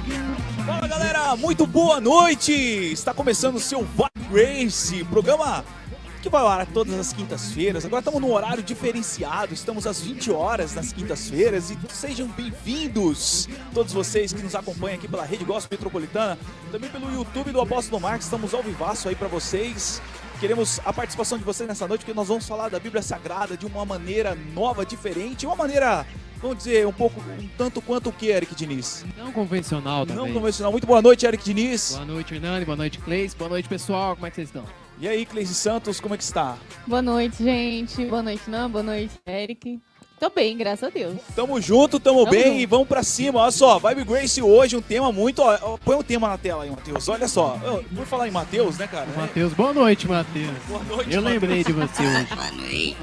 Fala galera, muito boa noite! Está começando o seu Vibe Grace, programa que vai ao ar todas as quintas-feiras. Agora estamos num horário diferenciado, estamos às 20 horas nas quintas-feiras e sejam bem-vindos todos vocês que nos acompanham aqui pela Rede Gospel Metropolitana, também pelo YouTube do Apóstolo Marcos, estamos ao vivaço aí para vocês. Queremos a participação de vocês nessa noite, porque nós vamos falar da Bíblia Sagrada de uma maneira nova, diferente, uma maneira, vamos dizer, um tanto quanto o que, Eric Diniz? Não convencional também. Não convencional. Muito boa noite, Eric Diniz. Boa noite, Hernani. Boa noite, Cleis. Boa noite, pessoal. Como é que vocês estão? E aí, Cleise Santos, como é que está? Boa noite, gente. Boa noite, Nan. Boa noite, Eric. Tô bem, graças a Deus. Tamo junto, tamo bem junto. E vamos pra cima. Olha só, Vibe Grace hoje, um tema muito... Põe um tema na tela aí, Matheus. Olha só. Por falar em Matheus, né, cara? Matheus, boa noite, Matheus. Boa noite, Eu Mateus. lembrei de você hoje. Boa noite.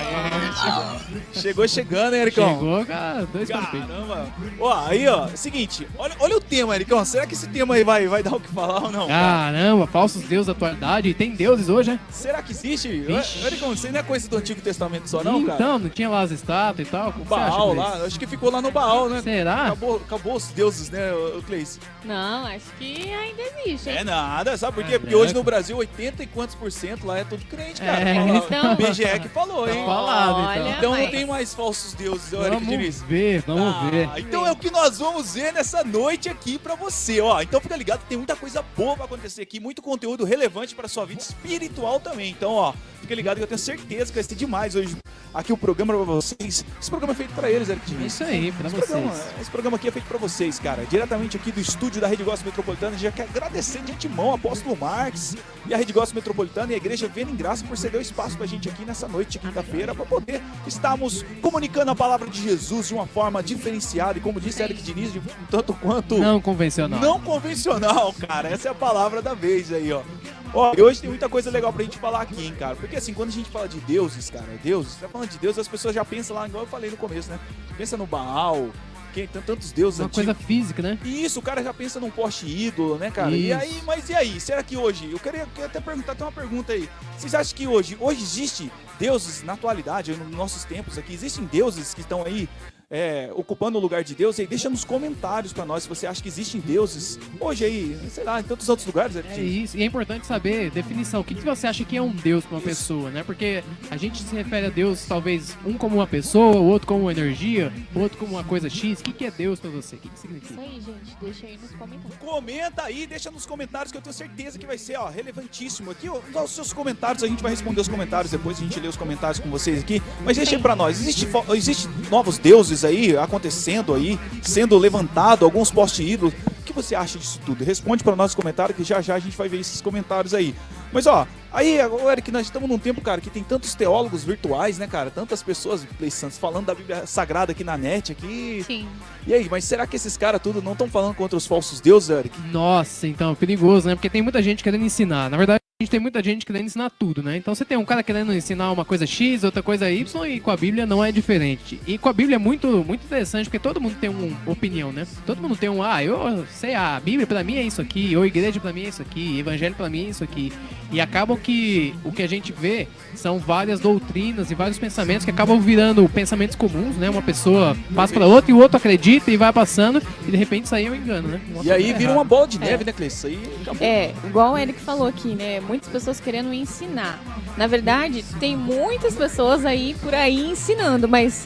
Chegou chegando, hein, Ericão? Chegou, cara, dois carpeiros. Caramba. Ó, aí, ó, seguinte. Olha o tema, Ericão. Será que esse tema aí vai dar o que falar ou não? Caramba, falsos deuses da atualidade. E tem deuses hoje, né? Será que existe? Vixe. Ericão, isso aí não é coisa do Antigo Testamento só, não, cara? Então, não tinha lá as estátuas e tal? Como você acha, Baal Cleis? lá, acho que ficou lá no Baal, né? Será? Acabou os deuses, né, Cleis? Não, acho que ainda existe, hein? É nada, sabe por quê? É, Porque hoje no Brasil 80 e quantos % lá é tudo crente, cara. É, Fala, então- o BGE que falou, hein? Tá falado, então. Olha, Então não mas- tem mais falsos deuses, ó, Eric Diniz. Vamos ver. Então é o que nós vamos ver nessa noite aqui pra você, ó. Então fica ligado, tem muita coisa boa pra acontecer aqui, muito conteúdo relevante pra sua vida espiritual também. Então, ó, fica ligado que eu tenho certeza que vai ser demais hoje aqui o programa pra vocês. Esse programa é feito pra eles, Eric É Diniz. isso aí, pra vocês. Esse programa aqui é feito pra vocês, cara. Diretamente aqui do estúdio da Rede Gospel Metropolitana. Já quero agradecer de antemão ao Apóstolo Marques e a Rede Gospel Metropolitana e a Igreja Vendo em Graça por ceder o espaço pra gente aqui nessa noite de quinta-feira pra poder estarmos comunicando a palavra de Jesus de uma forma diferenciada e, como disse Eric Diniz, de um tanto quanto Não convencional. não convencional, cara. Essa é a palavra da vez aí, ó. Ó, e hoje tem muita coisa legal pra gente falar aqui, hein, cara. Porque assim, quando a gente fala de deuses, cara, deuses, tá falando de Deus, as pessoas já pensam lá, igual eu falei no começo, né? Pensa no Baal, tem tantos deuses Uma antigos. coisa física, né? E isso, o cara já pensa num poste ídolo, né, cara? E Isso. aí, mas e aí? Será que hoje, eu queria até perguntar, tem uma pergunta aí. Vocês acham que hoje existe deuses na atualidade, nos nossos tempos aqui, existem deuses que estão aí ocupando o lugar de Deus? E aí, deixa nos comentários pra nós se você acha que existem deuses hoje aí, sei lá, em tantos outros lugares. É isso, e é importante saber definição. O que você acha que é um Deus para uma pessoa, né? Porque a gente se refere a Deus, talvez, um como uma pessoa, o outro como uma energia, o outro como uma coisa X. O que é Deus para você? O que significa? Isso aí, gente. Deixa aí nos comentários. Comenta aí, deixa nos comentários que eu tenho certeza que vai ser, ó, relevantíssimo aqui. Ó, os seus comentários, a gente vai responder os comentários depois, a gente lê os comentários com vocês aqui. Mas deixa aí pra nós, existe novos deuses aí acontecendo aí, sendo levantado, alguns poste ídolos. O que você acha disso tudo? Responde pra nós nos comentários que já a gente vai ver esses comentários aí. Mas ó, aí, Eric, nós estamos num tempo, cara, que tem tantos teólogos virtuais, né, cara? Tantas pessoas, Play Santos, falando da Bíblia Sagrada aqui na net, aqui. Sim. E aí, mas será que esses caras tudo não estão falando contra os falsos deuses, Eric? Nossa, então, perigoso, né? Porque tem muita gente querendo ensinar. Na verdade, a gente tem muita gente querendo ensinar tudo, né? Então você tem um cara querendo ensinar uma coisa X, outra coisa Y, e com a Bíblia não é diferente. E com a Bíblia é muito interessante, porque todo mundo tem uma opinião, né? Todo mundo tem eu sei, a Bíblia pra mim é isso aqui, ou igreja pra mim é isso aqui, Evangelho pra mim é isso aqui. E acabam que o que a gente vê são várias doutrinas e vários pensamentos que acabam virando pensamentos comuns, né? Uma pessoa passa pra outra e o outro acredita e vai passando, e de repente isso aí é um engano, né? E aí vira uma bola de neve, né, Cleiton? Isso aí acabou. Igual o Eric falou aqui, né? Muitas pessoas querendo ensinar. Na verdade, tem muitas pessoas aí por aí ensinando, mas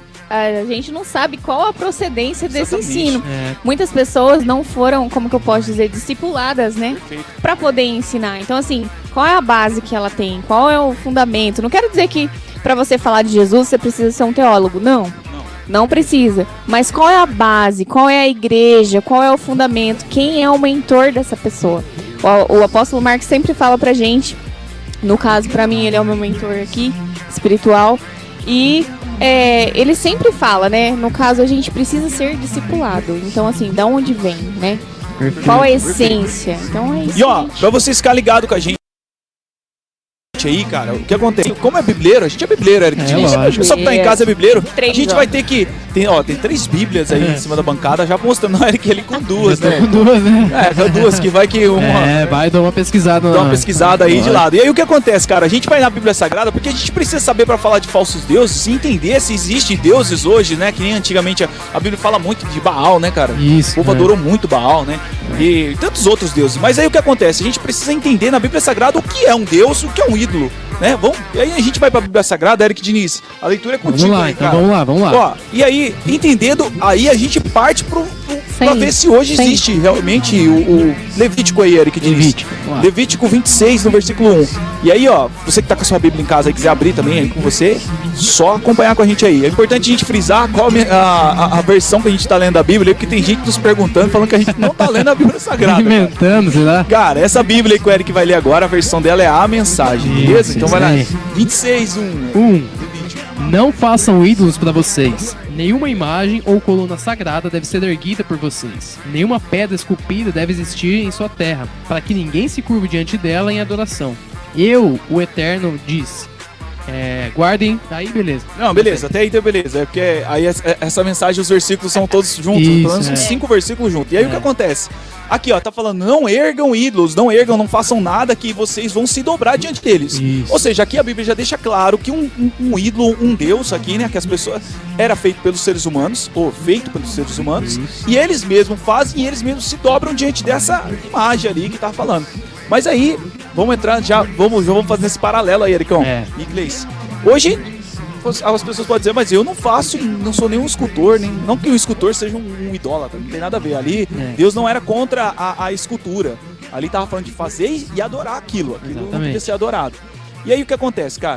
a gente não sabe qual a procedência desse Exatamente. ensino. É, Muitas pessoas não foram, como que eu posso dizer, discipuladas, né? Perfeito. Pra poder ensinar. Então, assim, qual é a base que ela tem? Qual é o fundamento? Não quero dizer que pra você falar de Jesus você precisa ser um teólogo. Não precisa. Mas qual é a base? Qual é a igreja? Qual é o fundamento? Quem é o mentor dessa pessoa? O apóstolo Marcos sempre fala pra gente, no caso, pra mim, ele é o meu mentor aqui, espiritual, e ele sempre fala, né? No caso, a gente precisa ser discipulado. Então, assim, da onde vem, né? perfeito. Qual é a essência? Então é isso. E ó, gente. pra vocês ficarem ligados com a gente gente aí, cara, o que acontece? Como é bibleiro, a gente é bibleiro, Eric Diniz. lógico. O pessoal que tá em casa é bibleiro. A gente Três, vai ter que... Tem 3 bíblias aí em cima da bancada, já mostrando o Eric ele com 2, né? Com 2, né? Com 2, que vai que uma... Vai dar uma pesquisada. Dá uma pesquisada aí de lado. E aí o que acontece, cara? A gente vai na Bíblia Sagrada porque a gente precisa saber pra falar de falsos deuses e entender se existem deuses hoje, né? Que nem antigamente a Bíblia fala muito de Baal, né, cara? Isso. O povo adorou muito Baal, né? E tantos outros deuses. Mas aí o que acontece? A gente precisa entender na Bíblia Sagrada o que é um deus, o que é um ídolo, né? E aí a gente vai pra Bíblia Sagrada, Eric Diniz. A leitura é contigo Vamos lá, aí, então cara. vamos lá. Ó, e aí, entendendo, aí a gente parte pra ver se hoje existe realmente o Levítico aí, Eric Diniz. Levítico 26, no versículo 1. E aí, ó, você que tá com a sua Bíblia em casa e quiser abrir também aí com você, só acompanhar com a gente aí. É importante a gente frisar qual a versão que a gente tá lendo da Bíblia, porque tem gente nos perguntando, falando que a gente não tá lendo a Bíblia Sagrada. Inventando, sei lá. Cara, essa Bíblia aí que o Eric vai ler agora, a versão dela é a mensagem, beleza? Então vai lá. 26, 1. Não façam ídolos para vocês. Nenhuma imagem ou coluna sagrada deve ser erguida por vocês. Nenhuma pedra esculpida deve existir em sua terra, para que ninguém se curve diante dela em adoração. Eu, o Eterno, diz. Guardem. Aí, beleza. Não, beleza, até aí então beleza. É porque aí essa mensagem, os versículos são todos juntos, Isso, pelo menos uns 5 versículos juntos. E aí o que acontece? Aqui, ó, tá falando, não ergam ídolos, não façam nada que vocês vão se dobrar diante deles. Isso. Ou seja, aqui a Bíblia já deixa claro que um ídolo, um Deus aqui, né, que as pessoas, era feito pelos seres humanos, ou feito pelos seres humanos, e eles mesmos fazem e eles mesmos se dobram diante dessa imagem ali que tá falando. Mas aí, vamos entrar, já vamos fazer esse paralelo aí, Ericão. Inglês. Hoje, as pessoas podem dizer, mas eu não faço, não sou nenhum escultor, não que o escultor seja um idólatra, não tem nada a ver. Ali, Deus não era contra a escultura. Ali tava falando de fazer e adorar aquilo não podia ser adorado. E aí o que acontece, cara?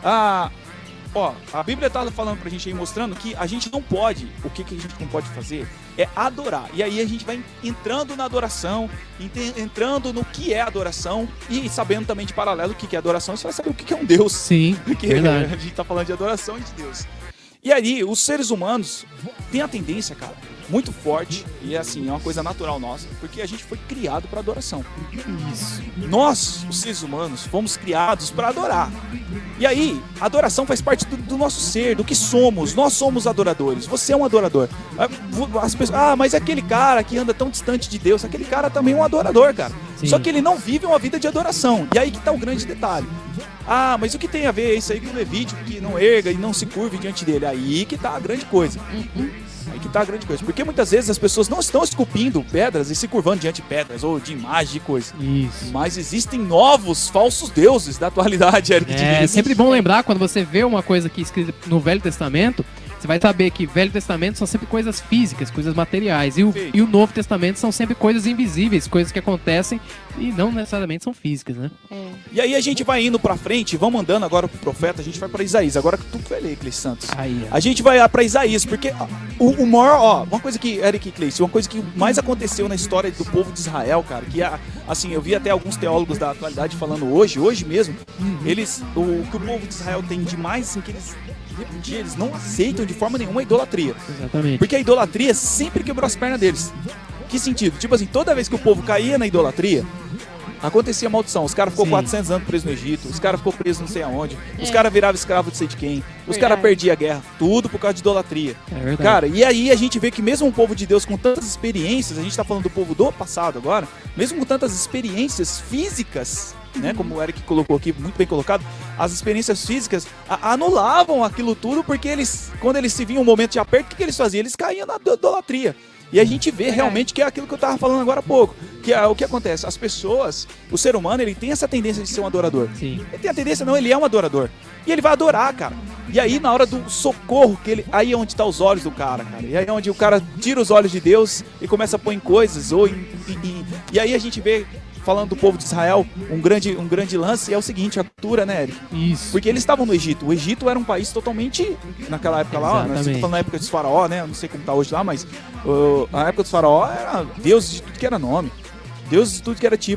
A Bíblia tá falando pra gente aí, mostrando que a gente não pode, o que a gente não pode fazer é adorar. E aí a gente vai entrando na adoração, entrando no que é adoração e sabendo também de paralelo o que é adoração, você vai saber o que é um Deus. Sim, porque verdade. A gente tá falando de adoração e de Deus. E aí, os seres humanos têm a tendência, cara, muito forte, e assim, é uma coisa natural nossa, porque a gente foi criado para adoração. Isso. Nós, os seres humanos, fomos criados para adorar. E aí, a adoração faz parte do nosso ser, do que somos. Nós somos adoradores. Você é um adorador. As pessoas, mas aquele cara que anda tão distante de Deus, aquele cara também é um adorador, cara. Sim. Só que ele não vive uma vida de adoração. E aí que tá o grande detalhe. Mas o que tem a ver isso aí com o Levítico, que não erga e não se curve diante dele? Aí que tá a grande coisa. Aí que tá a grande coisa. Porque muitas vezes as pessoas não estão esculpindo pedras e se curvando diante de pedras ou de imagem de coisa. Isso. Mas existem novos falsos deuses da atualidade, Eric. É sempre bom lembrar, quando você vê uma coisa aqui escrita no Velho Testamento, você vai saber que Velho Testamento são sempre coisas físicas, coisas materiais. E o Novo Testamento são sempre coisas invisíveis, coisas que acontecem e não necessariamente são físicas, né? E aí a gente vai indo pra frente, vamos andando agora pro profeta, a gente vai pra Isaías. Agora que tu vai ler, Cleice Santos. A gente vai lá pra Isaías, porque o maior, uma coisa que, Eric e Cleice, uma coisa que mais aconteceu na história do povo de Israel, cara, que assim, eu vi até alguns teólogos da atualidade falando hoje mesmo, o que o povo de Israel tem de mais, assim, que eles não aceitam de forma nenhuma a idolatria. Exatamente. Porque a idolatria sempre quebrou as pernas deles. Que sentido? Tipo assim, toda vez que o povo caía na idolatria, acontecia maldição. Os caras ficou 400 anos presos no Egito, os caras ficou presos não sei aonde, os caras viravam escravo de sei de quem, os caras perdiam a guerra, tudo por causa de idolatria. É verdade. Cara, e aí a gente vê que mesmo um povo de Deus com tantas experiências, a gente tá falando do povo do passado agora, mesmo com tantas experiências físicas, né, como o Eric colocou aqui, muito bem colocado, as experiências físicas anulavam aquilo tudo, porque quando eles se viam um momento de aperto, o que eles faziam? Eles caíam na idolatria. E a gente vê realmente que é aquilo que eu tava falando agora há pouco, que é o que acontece, as pessoas, o ser humano, ele tem essa tendência de ser um adorador. Sim. Ele tem a tendência, não, ele é um adorador. E ele vai adorar, cara. E aí, na hora do socorro, aí é onde tá os olhos do cara. E aí é onde o cara tira os olhos de Deus e começa a pôr em coisas, e aí a gente vê, falando do povo de Israel, um grande lance é o seguinte, a cultura, né, Eric? Isso. Porque eles estavam no Egito. O Egito era um país totalmente, naquela época lá, nós estamos falando na época dos faraó, né? Eu não sei como tá hoje lá, mas a época dos faraó era Deus de tudo que era nome. Deus de tudo que era tipo.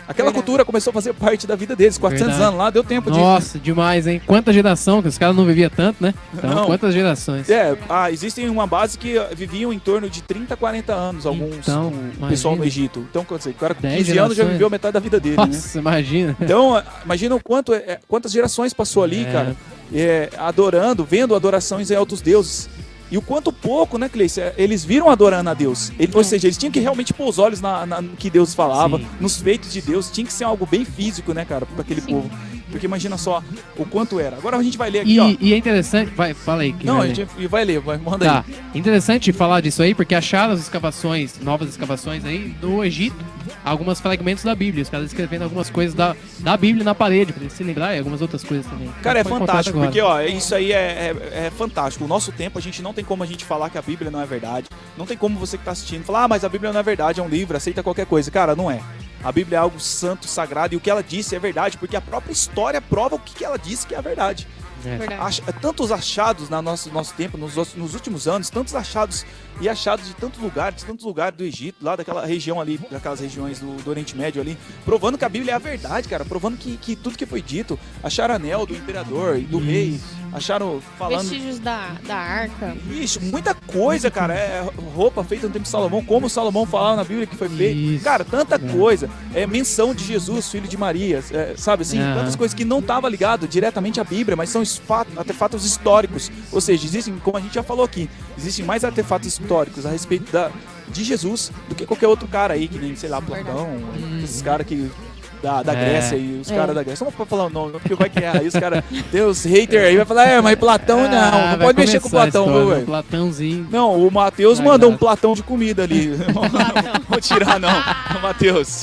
Aquela Verdade. cultura começou a fazer parte da vida deles. 400 Verdade. anos lá, deu tempo de... Nossa, demais, hein? Quanta geração, que os caras não viviam tanto, né? Então, Não. quantas gerações? Existem uma base que viviam em torno de 30, 40 anos, alguns, Então, o pessoal no imagina. Egito. Então, quer dizer, o cara com 10 15 anos já gerações. viveu metade da vida dele, né? Nossa, imagina. Então, imagina o quanto, quantas gerações passou ali, É. cara, adorando, vendo adorações em altos deuses. E o quanto pouco, né, Cleice, eles viram adorando a Deus. Ou seja, eles tinham que realmente pôr os olhos no que Deus falava, Sim. nos feitos de Deus. Tinha que ser algo bem físico, né, cara, para aquele Sim. povo. Porque imagina só o quanto era. Agora a gente vai ler aqui, ó. E é interessante... Vai, fala aí. Não, vai a ler. gente vai ler, manda Tá, aí. interessante falar disso aí, porque acharam as escavações, novas escavações aí no Egito, alguns fragmentos da Bíblia, os caras escrevendo algumas coisas da Bíblia na parede, pra eles se lembrar, e algumas outras coisas também. Cara, é Pode contar fantástico, agora. porque ó, isso aí é fantástico. O nosso tempo, a gente não tem como a gente falar que a Bíblia não é verdade. Não tem como você que tá assistindo falar, mas a Bíblia não é verdade, é um livro, aceita qualquer coisa. Cara, não é. A Bíblia é algo santo, sagrado, e o que ela disse é verdade, porque a própria história prova o que ela disse que é a verdade. É. Verdade. Tantos achados no nosso tempo, nos últimos anos, tantos achados de tantos lugares do Egito, lá daquela região ali, daquelas regiões do Oriente Médio ali, provando que a Bíblia é a verdade, cara, provando que tudo que foi dito, acharam anel do imperador e do rei, acharam falando... Vestígios da arca. Ixi, muita coisa, cara. Roupa feita no tempo de Salomão, como Salomão falava na Bíblia que foi feito. Isso. Cara, tanta coisa. Menção de Jesus, filho de Maria, sabe assim? Aham. Tantas coisas que não estava ligado diretamente à Bíblia, mas são artefatos históricos. Ou seja, existem, como a gente já falou aqui, existem mais artefatos históricos a respeito de Jesus do que qualquer outro cara aí, que nem, sei lá, Platão, esses caras que... Da Grécia e os caras da Grécia. Não vou falar o nome, porque vai que aí os caras. Tem os haters aí, vai falar, mas Platão não vai pode mexer com o começar a Platão, história, viu, velho? Platãozinho. Não, o Matheus Vai, mandou um graça. platão de comida ali. Vou tirar, não. Matheus.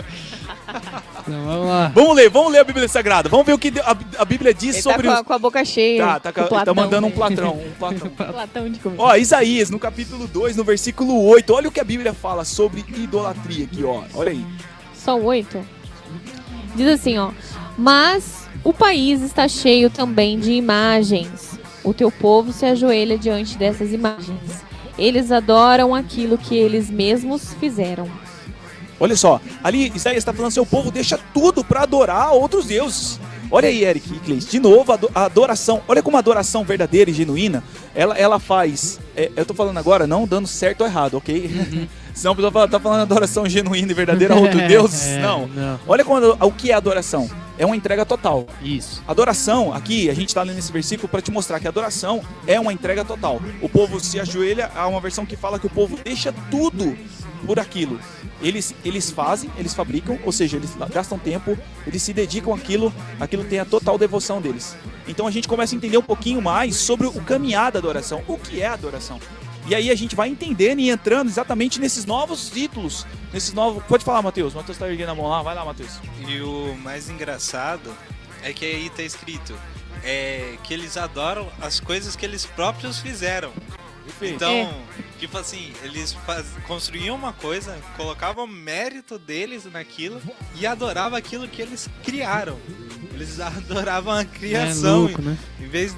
Então, vamos lá. Vamos ler a Bíblia Sagrada. Vamos ver o que a Bíblia diz Ele sobre tá com a boca cheia. Tá com o Platão, mandando um né? platão. Platão de comida. Ó, Isaías, no capítulo 2, no versículo 8. Olha o que a Bíblia fala sobre idolatria aqui, ó. Olha aí. Só 8. Diz assim, ó. Mas o país está cheio também de imagens. O teu povo se ajoelha diante dessas imagens. Eles adoram aquilo que eles mesmos fizeram. Olha só, ali Isaías está falando, seu povo deixa tudo para adorar outros deuses. Olha aí, Eric e Cleice, de novo a adoração. Olha como a adoração verdadeira e genuína, ela faz... eu tô falando agora não dando certo ou errado, ok? Senão a pessoa fala, tá falando adoração genuína e verdadeira a outro Deus? Não. Olha o que é adoração. É uma entrega total. Isso. Adoração, aqui, a gente está lendo esse versículo para te mostrar que adoração é uma entrega total. O povo se ajoelha, há uma versão que fala que o povo deixa tudo por aquilo. Eles fazem, eles fabricam, ou seja, eles gastam tempo, eles se dedicam àquilo tem a total devoção deles. Então a gente começa a entender um pouquinho mais sobre o caminhar da adoração, o que é adoração. E aí a gente vai entendendo e entrando exatamente nesses novos títulos, nesses novos... Pode falar, Matheus. Matheus tá erguendo a mão lá, vai lá, Matheus. E o mais engraçado é que aí tá escrito que eles adoram as coisas que eles próprios fizeram. Perfeito. Então, tipo assim, eles construíam uma coisa, colocavam mérito deles naquilo e adoravam aquilo que eles criaram. Eles adoravam a criação. louco, né? Em vez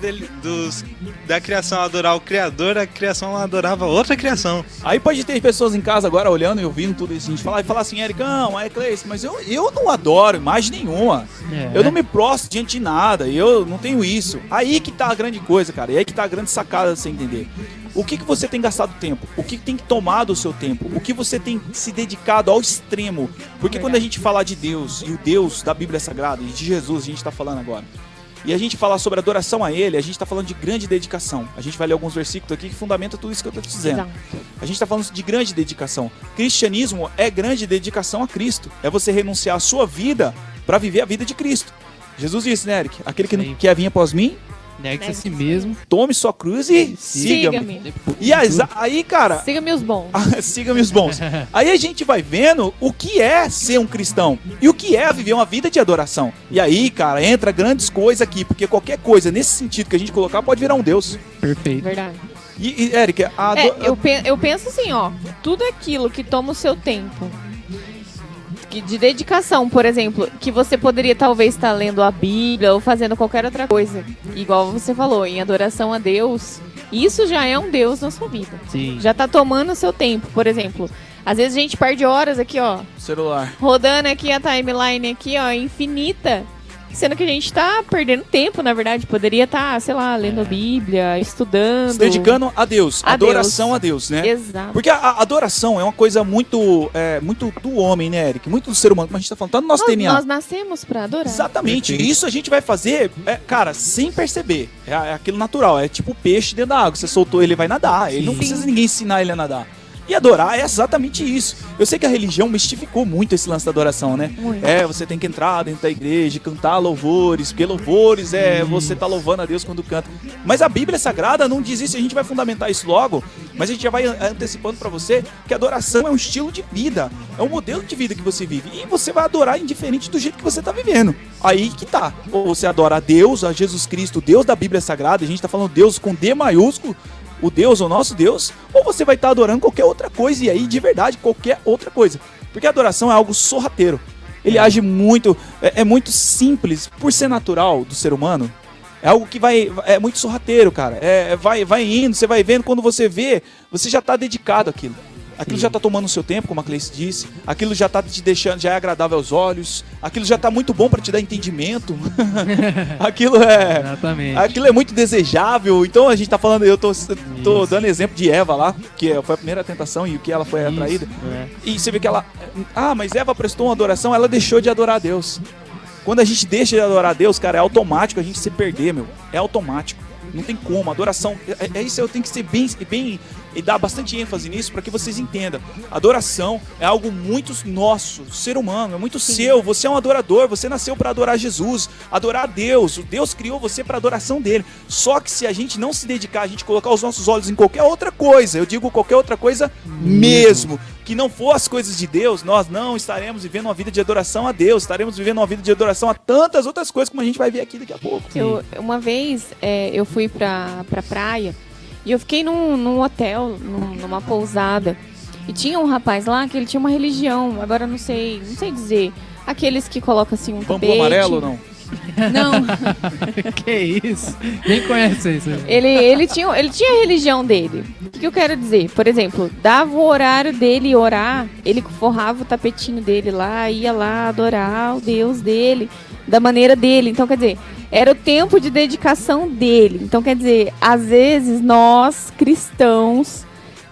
da criação adorar o Criador, a criação adorava outra criação. Aí pode ter pessoas em casa agora olhando e ouvindo tudo isso, a gente falar assim, Ericão, Cleice, mas eu não adoro imagem nenhuma. Eu não me prostro diante de nada, eu não tenho isso. Aí que tá a grande coisa, cara, e aí que tá a grande sacada de você entender. O que você tem gastado tempo? O que tem tomado o seu tempo? O que você tem se dedicado ao extremo? Porque quando a gente falar de Deus, e o Deus da Bíblia Sagrada, e de Jesus, a gente está falando agora, e a gente falar sobre adoração a Ele, a gente está falando de grande dedicação. A gente vai ler alguns versículos aqui que fundamentam tudo isso que eu estou te dizendo. Exato. A gente está falando de grande dedicação. Cristianismo é grande dedicação a Cristo. É você renunciar a sua vida para viver a vida de Cristo. Jesus disse, né, Eric? Aquele que não quer vir após mim, Negue-se a si mesmo. tome sua cruz e siga-me. E aí, cara... Siga-me os bons. Siga-me os bons. Aí a gente vai vendo o que é ser um cristão e o que é viver uma vida de adoração. E aí, cara, entra grandes coisas aqui, porque qualquer coisa nesse sentido que a gente colocar pode virar um Deus. Perfeito. Verdade. E Eric, Eu penso assim, ó. Tudo aquilo que toma o seu tempo, de dedicação, por exemplo, que você poderia talvez estar lendo a Bíblia ou fazendo qualquer outra coisa, igual você falou, em adoração a Deus, isso já é um Deus na sua vida. Sim. Já tá tomando o seu tempo. Por exemplo, Às vezes a gente perde horas aqui, ó, Celular. rodando aqui a timeline aqui, ó, infinita. Sendo que a gente tá perdendo tempo, na verdade. Poderia estar, sei lá, lendo a Bíblia, estudando. Se dedicando a Deus. A Adoração Deus. a Deus, né? Exato. Porque a adoração é uma coisa muito do homem, né, Eric? Muito do ser humano, como a gente tá falando. Tá no nosso DNA. Nós nascemos pra adorar. Exatamente. Isso a gente vai fazer, cara, sem perceber. É aquilo natural. É tipo o peixe dentro da água. Você soltou ele vai nadar. Ele não precisa de ninguém ensinar ele a nadar. E adorar é exatamente isso. Eu sei que a religião mistificou muito esse lance da adoração, né? Muito. Você tem que entrar dentro da igreja e cantar louvores, porque louvores você tá louvando a Deus quando canta. Mas a Bíblia Sagrada não diz isso, a gente vai fundamentar isso logo, mas a gente já vai antecipando pra você que a adoração é um estilo de vida, é um modelo de vida que você vive. E você vai adorar indiferente do jeito que você tá vivendo. Aí que tá. Ou você adora a Deus, a Jesus Cristo, o Deus da Bíblia Sagrada, a gente tá falando Deus com D maiúsculo, o Deus, o nosso Deus, ou você vai estar adorando qualquer outra coisa, e aí, de verdade, qualquer outra coisa. Porque a adoração é algo sorrateiro. Ele age muito, é muito simples, por ser natural do ser humano, é algo que é muito sorrateiro, cara. Vai indo, você vai vendo, quando você vê, você já está dedicado àquilo. Aquilo já tá tomando o seu tempo, como a Cleice disse. Aquilo já tá te deixando, já é agradável aos olhos. Aquilo já tá muito bom para te dar entendimento. Exatamente. Aquilo é muito desejável. Então a gente tá falando, eu tô dando exemplo de Eva lá, que foi a primeira tentação e o que ela foi atraída. E você vê que ela, mas Eva prestou uma adoração, ela deixou de adorar a Deus. Quando a gente deixa de adorar a Deus, cara, é automático a gente se perder, meu. É automático. Não tem como, adoração, isso eu tenho que ser bem e dar bastante ênfase nisso para que vocês entendam. Adoração é algo muito nosso, ser humano, é muito seu. Você é um adorador, você nasceu para adorar Jesus, adorar a Deus. O Deus criou você para adoração dele. Só que se a gente não se dedicar, a gente colocar os nossos olhos em qualquer outra coisa, eu digo qualquer outra coisa mesmo, que não for as coisas de Deus, nós não estaremos vivendo uma vida de adoração a Deus, estaremos vivendo uma vida de adoração a tantas outras coisas, como a gente vai ver aqui daqui a pouco. Uma vez eu fui pra praia e eu fiquei num hotel, numa pousada. E tinha um rapaz lá que ele tinha uma religião, agora eu não sei dizer. Aqueles que colocam assim um Bambu tapete. amarelo ou não? Não. Que isso? Quem conhece isso? Ele tinha a religião dele. O que eu quero dizer? Por exemplo, dava o horário dele orar, ele forrava o tapetinho dele lá, ia lá adorar o Deus dele, da maneira dele. Então, quer dizer, era o tempo de dedicação dele. Então, quer dizer, às vezes nós, cristãos,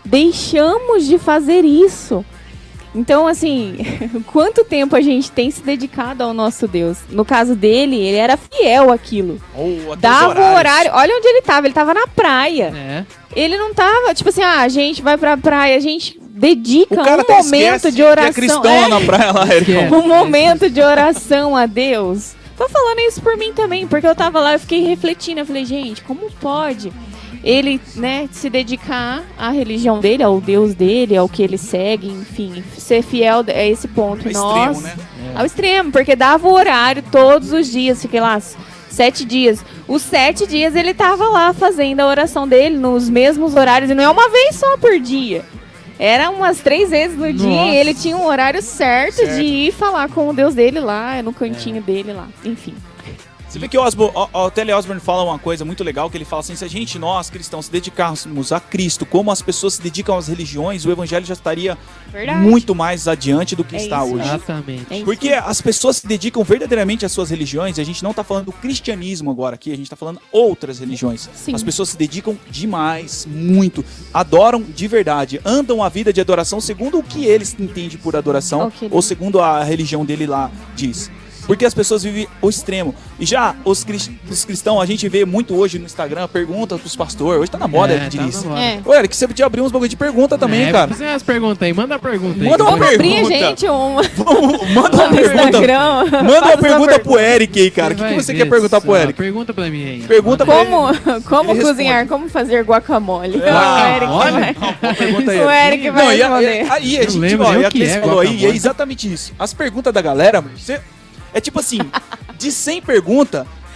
deixamos de fazer isso. Então, assim, quanto tempo a gente tem se dedicado ao nosso Deus? No caso dele, ele era fiel àquilo. Dava o horário. Olha onde ele tava na praia. Ele não tava, tipo assim, a gente vai pra praia, a gente dedica um momento de oração. Que é cristão na praia lá, um momento de oração a Deus. Tô falando isso por mim também, porque eu tava lá, eu fiquei refletindo, eu falei, gente, como pode ele, né, se dedicar à religião dele, ao Deus dele, ao que ele segue, enfim, ser fiel a esse ponto. Extremo, né? Ao extremo, porque dava o horário todos os dias, fiquei lá 7 dias. Os 7 dias ele tava lá fazendo a oração dele nos mesmos horários, e não é uma vez só por dia. Era umas 3 vezes no dia, e ele tinha um horário certo de ir falar com o Deus dele lá, no cantinho dele lá, enfim. Você vê que o Telly Osborne fala uma coisa muito legal, que ele fala assim, se a gente, nós cristãos, se dedicarmos a Cristo como as pessoas se dedicam às religiões, o evangelho já estaria muito mais adiante do que está hoje. Exatamente. Porque as pessoas se dedicam verdadeiramente às suas religiões, e a gente não está falando do cristianismo agora aqui, a gente está falando outras religiões. Sim. As pessoas se dedicam demais, muito, adoram de verdade, andam a vida de adoração segundo o que eles entendem por adoração, ou segundo a religião dele lá diz. Porque as pessoas vivem o extremo. E já os cristãos, a gente vê muito hoje no Instagram, pergunta pros pastores. Hoje tá na moda, Eric Diniz. Ô, Eric, você podia abrir uns bagulho de pergunta também, cara. Fazer umas perguntas aí, manda uma pergunta aí. Manda uma pergunta. Abrir, gente, manda uma pergunta. Manda uma pergunta pro Eric aí, cara. O que você quer perguntar pro Eric? Pergunta pra mim aí. Pergunta pra ele. Como cozinhar, como fazer guacamole. O Eric vai responder. Aí, a gente, ó, a Cleice falou aí, é exatamente isso. As perguntas da galera, é tipo assim, de 100 perguntas,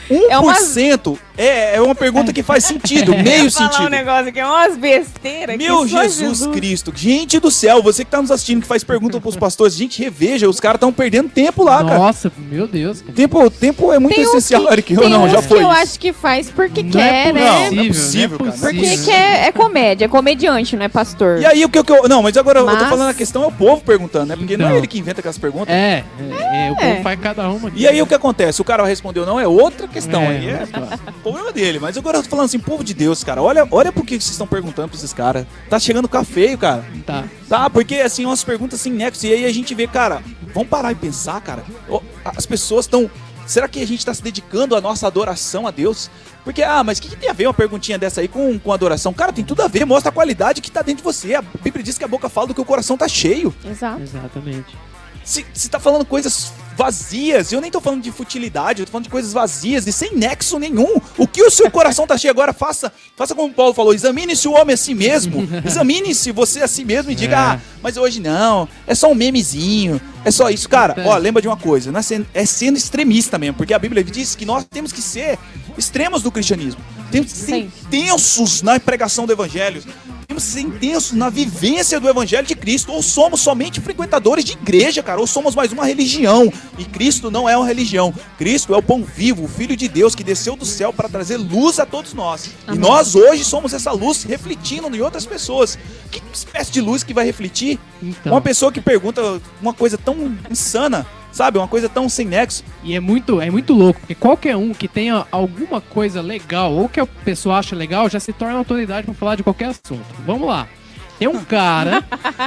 1% é uma pergunta que faz sentido, meio falar sentido. um negócio que é umas besteiras. Meu que só Jesus Cristo, gente do céu, você que tá nos assistindo, que faz pergunta pros pastores, gente, reveja, os caras estão perdendo tempo lá, cara. Nossa, meu Deus. Cara. Tempo é muito Tem uns essencial, Eric. Tem Não, uns já que foi. eu acho que faz porque Não quer, é né? Não é possível, cara. Porque é comédia, é comediante, não é pastor. E aí, o que eu... Não, mas agora eu tô Mas- falando a questão é o povo perguntando, né? Porque não é Então. ele que inventa aquelas perguntas. O povo faz cada uma. E aí, o que acontece? O cara vai responder ou não é outra questão. Aí é claro. problema dele. Mas agora eu tô falando assim, povo de Deus, cara. Olha por que vocês estão perguntando pra esses caras. Tá chegando ficar feio, cara. Tá, porque assim, umas perguntas sem nexo. E aí a gente vê, cara, vamos parar e pensar, cara. As pessoas estão... Será que a gente tá se dedicando à nossa adoração a Deus? Porque, mas o que tem a ver uma perguntinha dessa aí com adoração? Cara, tem tudo a ver, mostra a qualidade que tá dentro de você. A Bíblia diz que a boca fala do que o coração tá cheio. Exato. Exatamente. Se tá falando coisas vazias, eu nem tô falando de futilidade, eu tô falando de coisas vazias e sem nexo nenhum. O que o seu coração tá cheio agora, faça como o Paulo falou, examine-se o homem a si mesmo, examine-se você a si mesmo e diga, mas hoje não, é só um memezinho, é só isso. Cara, lembra de uma coisa, não é sendo extremista mesmo, porque a Bíblia diz que nós temos que ser extremos do cristianismo, temos que ser intensos na pregação do evangelho, temos que ser intensos na vivência do evangelho de Cristo, ou somos somente frequentadores de igreja, cara, ou somos mais uma religião, e Cristo não é uma religião, Cristo é o pão vivo, o Filho de Deus que desceu do céu para trazer luz a todos nós, e nós hoje somos essa luz refletindo em outras pessoas. Que espécie de luz que vai refletir? Então. Uma pessoa que pergunta uma coisa tão insana, sabe, uma coisa tão sem nexo. E é muito louco, porque qualquer um que tenha alguma coisa legal, ou que a pessoa acha legal, já se torna autoridade pra falar de qualquer assunto. Vamos lá. Tem um cara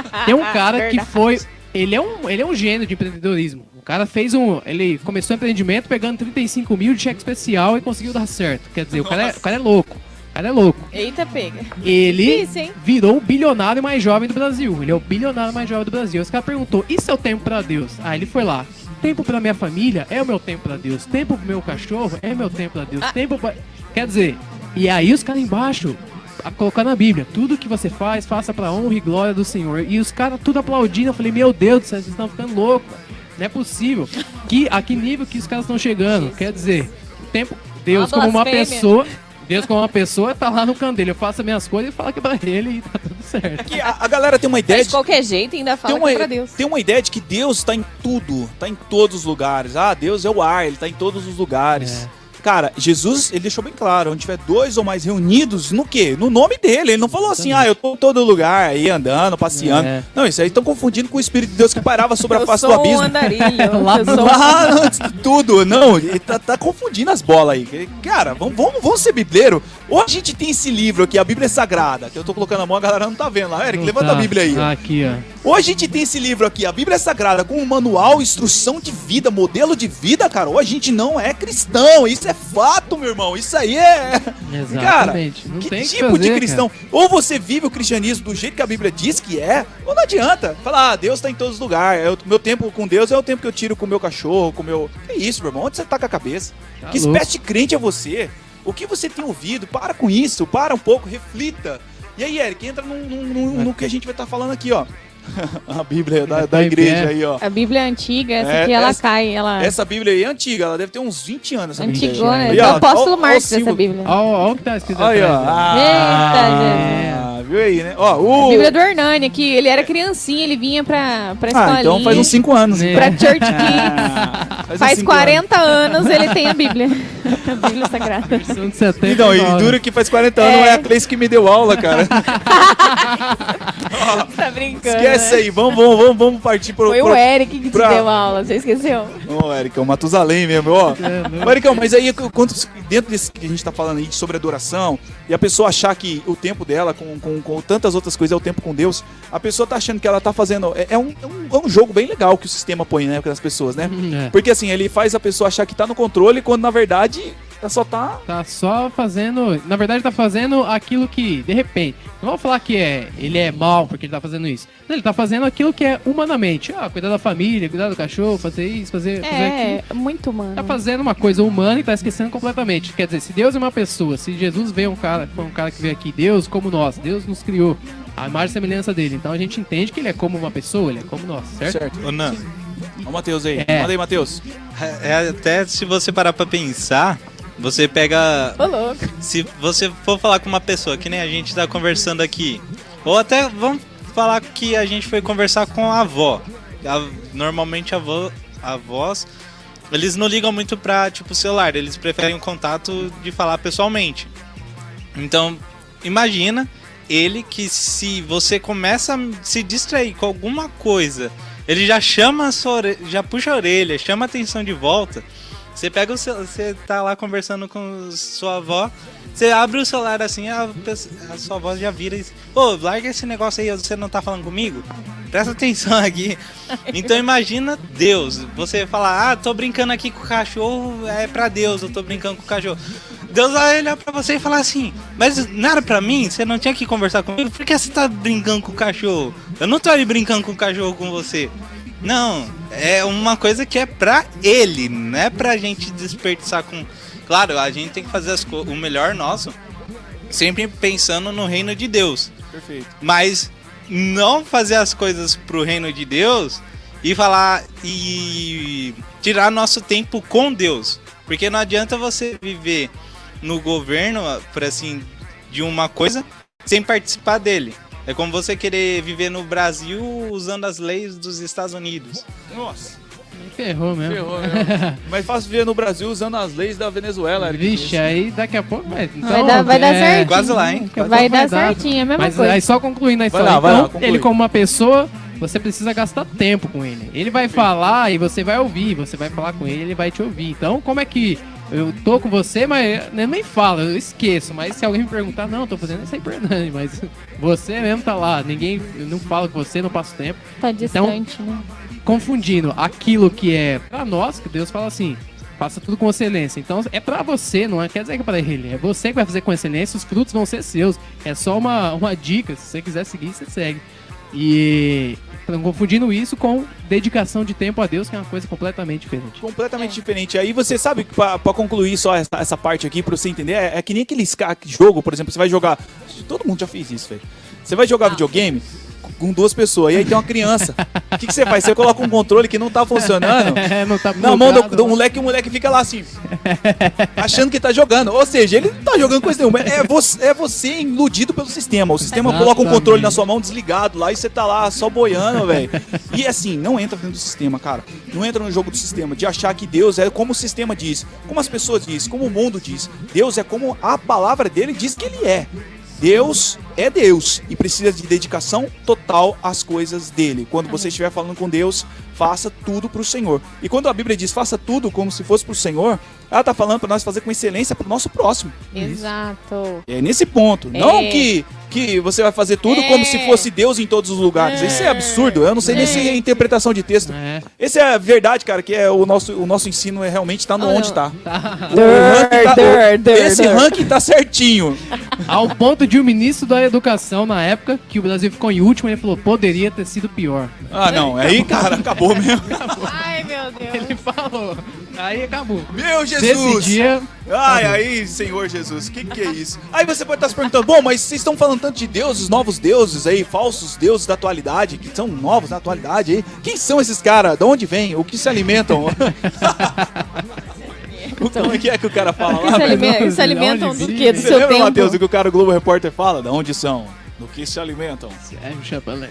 que foi... Ele é um gênio de empreendedorismo. O cara ele começou o empreendimento pegando 35 mil de cheque especial e conseguiu dar certo. Quer dizer, o cara é louco. O cara é louco. Eita, pega. Ele Difícil, hein? virou o bilionário mais jovem do Brasil. Ele é o bilionário mais jovem do Brasil. Os caras perguntou, e seu tempo pra Deus? Ele foi lá. Tempo pra minha família é o meu tempo pra Deus. Tempo pro meu cachorro é meu tempo pra Deus. Tempo pra... Quer dizer, e aí os caras embaixo colocar na Bíblia, tudo que você faz, faça pra honra e glória do Senhor. E os caras tudo aplaudindo. Eu falei, meu Deus do céu, vocês estão ficando loucos. Não é possível. A que nível que os caras estão chegando? Quer dizer, Deus como uma pessoa tá lá no canto dele. Eu faço as minhas coisas e falo que é pra ele e tá tudo certo. Aqui, a galera tem uma ideia De qualquer jeito, ainda fala que é pra Deus. Tem uma ideia de que Deus tá em tudo, tá em todos os lugares. Deus é o ar, ele tá em todos os lugares. Cara, Jesus, ele deixou bem claro, onde tiver 2 ou mais reunidos, no quê? No nome dele. Ele não falou assim, eu tô em todo lugar aí, andando, passeando. Não, isso aí estão confundindo com o Espírito de Deus que pairava sobre a face do abismo. Eu sou um andarilho. Lá antes de tudo. Não, ele tá confundindo as bolas aí. Cara, vamos ser bibleiro. Ou a gente tem esse livro aqui, a Bíblia é Sagrada, que eu tô colocando a mão, a galera não tá vendo lá. Eric, levanta a Bíblia aí. Aqui, ó. Ou a gente tem esse livro aqui, a Bíblia é Sagrada, com um manual, instrução de vida, modelo de vida, cara. Ou a gente não é cristão. Isso é fato, meu irmão. Isso aí é... Exatamente. Cara, não que tem que tipo fazer, de cristão? Cara. Ou você vive o cristianismo do jeito que a Bíblia diz que é, ou não adianta. Falar, Deus tá em todos os lugares. Meu tempo com Deus é o tempo que eu tiro com o meu cachorro, com o meu... Que isso, meu irmão? Onde você tá com a cabeça? Tá que espécie de crente é você? O que você tem ouvido? Para com isso, para um pouco, reflita. E aí, Eric, entra no que a gente vai estar falando aqui, ó. A Bíblia da igreja aí, ó. A Bíblia é antiga, essa aqui ela cai. Essa Bíblia aí é antiga, ela deve ter uns 20 anos. Antigona, é o apóstolo Marcos dessa Bíblia. Olha o que tá escrito aí, ó. Eita, viu aí, né? A Bíblia do Hernani aqui, ele era criancinha, ele vinha pra escolinha. Então faz uns 5 anos. Pra Church Kids. Faz 40 anos ele tem a Bíblia. A Bíblia Sagrada. Então, e duro que faz 40 anos é a Cleice que me deu aula, cara. Tá brincando. Esquece aí, vamos partir pro... Foi o Eric que te deu aula, você esqueceu? Ô, Eric, é o Matusalém mesmo, ó. Ericão, mas aí, dentro desse que a gente tá falando aí sobre adoração, e a pessoa achar que o tempo dela, com tantas outras coisas, é o tempo com Deus, a pessoa tá achando que ela tá fazendo... É um jogo bem legal que o sistema põe, né, com as pessoas, né? Porque assim, ele faz a pessoa achar que tá no controle, quando na verdade... Tá só fazendo... Na verdade, tá fazendo aquilo que, de repente... Não vou falar que ele é mal porque ele tá fazendo isso. Ele tá fazendo aquilo que é humanamente. Cuidar da família, cuidar do cachorro, fazer isso, fazer aquilo. É, muito humano. Tá fazendo uma coisa humana e tá esquecendo completamente. Quer dizer, se Deus é uma pessoa, se Jesus veio foi um cara que veio aqui, Deus como nós, Deus nos criou, a imagem e semelhança dele. Então a gente entende que ele é como uma pessoa, ele é como nós, certo? Ô, Nan. Ó o Matheus aí. Manda aí, Matheus. Até se você parar pra pensar, Você pega... Ô, louco. Se você for falar com uma pessoa, que nem a gente tá conversando aqui, ou até vamos falar que a gente foi conversar com a avó. Normalmente avós, eles não ligam muito pra, tipo, celular, eles preferem o contato de falar pessoalmente. Então, imagina ele que se você começa a se distrair com alguma coisa, ele já chama já puxa a orelha, chama a atenção de volta. Você pega você tá lá conversando com sua avó, você abre o celular assim, a sua avó já vira e diz: ô, larga esse negócio aí, você não tá falando comigo? Presta atenção aqui. Então imagina Deus, você falar: tô brincando aqui com o cachorro, é pra Deus, eu tô brincando com o cachorro. Deus vai olhar pra você e falar assim: mas não era pra mim? Você não tinha que conversar comigo? Por que você tá brincando com o cachorro? Eu não tô ali brincando com o cachorro com você. Não, é uma coisa que é pra ele, não é pra gente desperdiçar com... Claro, a gente tem que fazer o melhor nosso, sempre pensando no reino de Deus. Perfeito. Mas não fazer as coisas pro reino de Deus e falar e tirar nosso tempo com Deus. Porque não adianta você viver no governo, por assim, de uma coisa sem participar dele. É como você querer viver no Brasil usando as leis dos Estados Unidos. Nossa. Ferrou mesmo. Ferrou mesmo. Mas fácil viver no Brasil usando as leis da Venezuela. Vixe, aí daqui a pouco... Então, vai dar certinho. Quase lá, hein? Vai dar certinho, é a mesma mas coisa. aí só concluindo a história. Vai lá, então, conclui. ele como uma pessoa, você precisa gastar tempo com ele. Ele vai falar e você vai ouvir. Você vai falar com ele, ele vai te ouvir. Então, como é que... Eu tô com você, mas eu nem falo, eu esqueço. Mas se alguém me perguntar, não, tô fazendo isso aí por Hernani, mas você mesmo tá lá, ninguém não fala com você, não passa tempo. Tá distante, né? Confundindo aquilo que é pra nós, que Deus fala assim, faça tudo com excelência. Então é pra você, não quer dizer que é pra ele. É você que vai fazer com excelência, os frutos vão ser seus. É só uma dica, se você quiser seguir, você segue. E confundindo isso com dedicação de tempo a Deus, que é uma coisa completamente diferente. Completamente diferente. Aí você sabe, pra concluir só essa parte aqui, pra você entender, é que nem aquele jogo, por exemplo, você vai jogar... Todo mundo já fez isso, velho. Você vai jogar videogame com duas pessoas, e aí tem uma criança. O que você faz? Você coloca um controle que não tá funcionando Não tá na mão do moleque, e o moleque fica lá assim, achando que tá jogando. Ou seja, ele não tá jogando coisa nenhuma. É você iludido pelo sistema. O sistema coloca um controle na sua mão desligado lá e você tá lá só boiando, velho. E assim, não entra dentro do sistema, cara. Não entra no jogo do sistema, de achar que Deus é como o sistema diz, como as pessoas dizem, como o mundo diz. Deus é como a palavra dele diz que ele é. Deus é Deus e precisa de dedicação total às coisas dele. Quando você estiver falando com Deus, faça tudo pro Senhor. E quando a Bíblia diz faça tudo como se fosse pro Senhor, ela tá falando para nós fazer com excelência pro nosso próximo. Exato. É nesse ponto. Não que você vai fazer tudo como se fosse Deus em todos os lugares. Isso é absurdo. Eu não sei nem se é interpretação de texto. Essa é a verdade, cara, que é o nosso ensino realmente tá no onde tá. Esse ranking tá certinho. Ao ponto de o ministro da Educação na época, que o Brasil ficou em último, ele falou, poderia ter sido pior. Ah, não. Aí, cara, acabou mesmo. Ai, meu Deus. Ele falou. Aí acabou. Meu Jesus! Desse dia... Ai, aí, Senhor Jesus, o que é isso? Aí você pode estar se perguntando, bom, mas vocês estão falando tanto de deuses, novos deuses aí, falsos deuses da atualidade, que são novos na atualidade aí. Quem são esses caras? De onde vêm? O que se alimentam? O que é que o cara fala lá? Se alimentam do quê? Do Você seu lembra, tempo? Matheus, o que o cara do Globo Repórter fala? De onde são? Do que se alimentam? Sérgio Chapelin.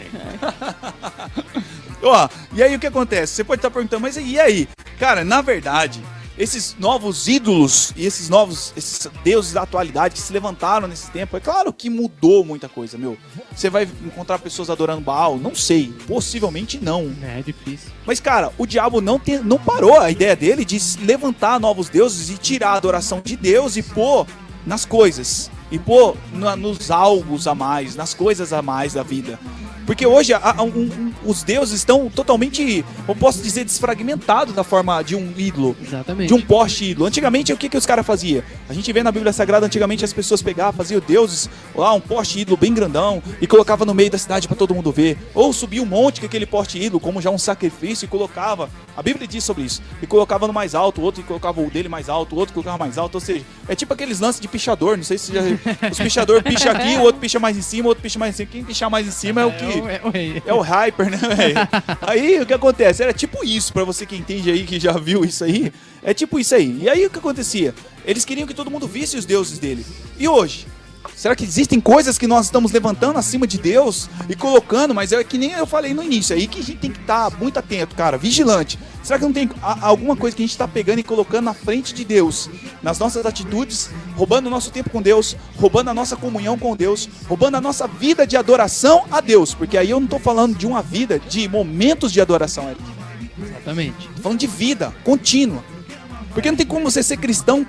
Ó, e aí o que acontece? Você pode estar perguntando, mas e aí? Cara, na verdade, esses novos ídolos e esses deuses da atualidade que se levantaram nesse tempo, é claro que mudou muita coisa, meu. Você vai encontrar pessoas adorando Baal? Não sei, possivelmente não. É difícil. Mas, cara, o diabo não parou a ideia dele de levantar novos deuses e tirar a adoração de Deus e pôr nas coisas. E pôr nos algos a mais, nas coisas a mais da vida. Porque hoje os deuses estão totalmente, eu posso dizer, desfragmentados da forma de um ídolo. Exatamente. De um poste ídolo. Antigamente, o que os caras faziam? A gente vê na Bíblia Sagrada, antigamente as pessoas pegavam, faziam deuses, lá um poste ídolo bem grandão, e colocava no meio da cidade para todo mundo ver. Ou subia um monte com aquele poste ídolo, como já um sacrifício, e colocava, a Bíblia diz sobre isso, e colocava no mais alto, o outro colocava o dele mais alto, o outro colocava mais alto, ou seja, é tipo aqueles lances de pichador, não sei se já... Os pichador picha aqui, o outro picha mais em cima, o outro picha mais em cima, quem pichar mais em cima é o que... É o rei. É o Hyper, né, velho? Aí o que acontece? Era tipo isso, pra você que entende aí, que já viu isso aí. É tipo isso aí. E aí o que acontecia? Eles queriam que todo mundo visse os deuses dele. E hoje? Será que existem coisas que nós estamos levantando acima de Deus e colocando? Mas é que nem eu falei no início, é aí que a gente tem que estar muito atento, cara, vigilante. Será que não tem alguma coisa que a gente está pegando e colocando na frente de Deus, nas nossas atitudes, roubando o nosso tempo com Deus, roubando a nossa comunhão com Deus, roubando a nossa vida de adoração a Deus? Porque aí eu não estou falando de uma vida de momentos de adoração, Eric. Exatamente. Tô falando de vida contínua. Porque não tem como você ser cristão,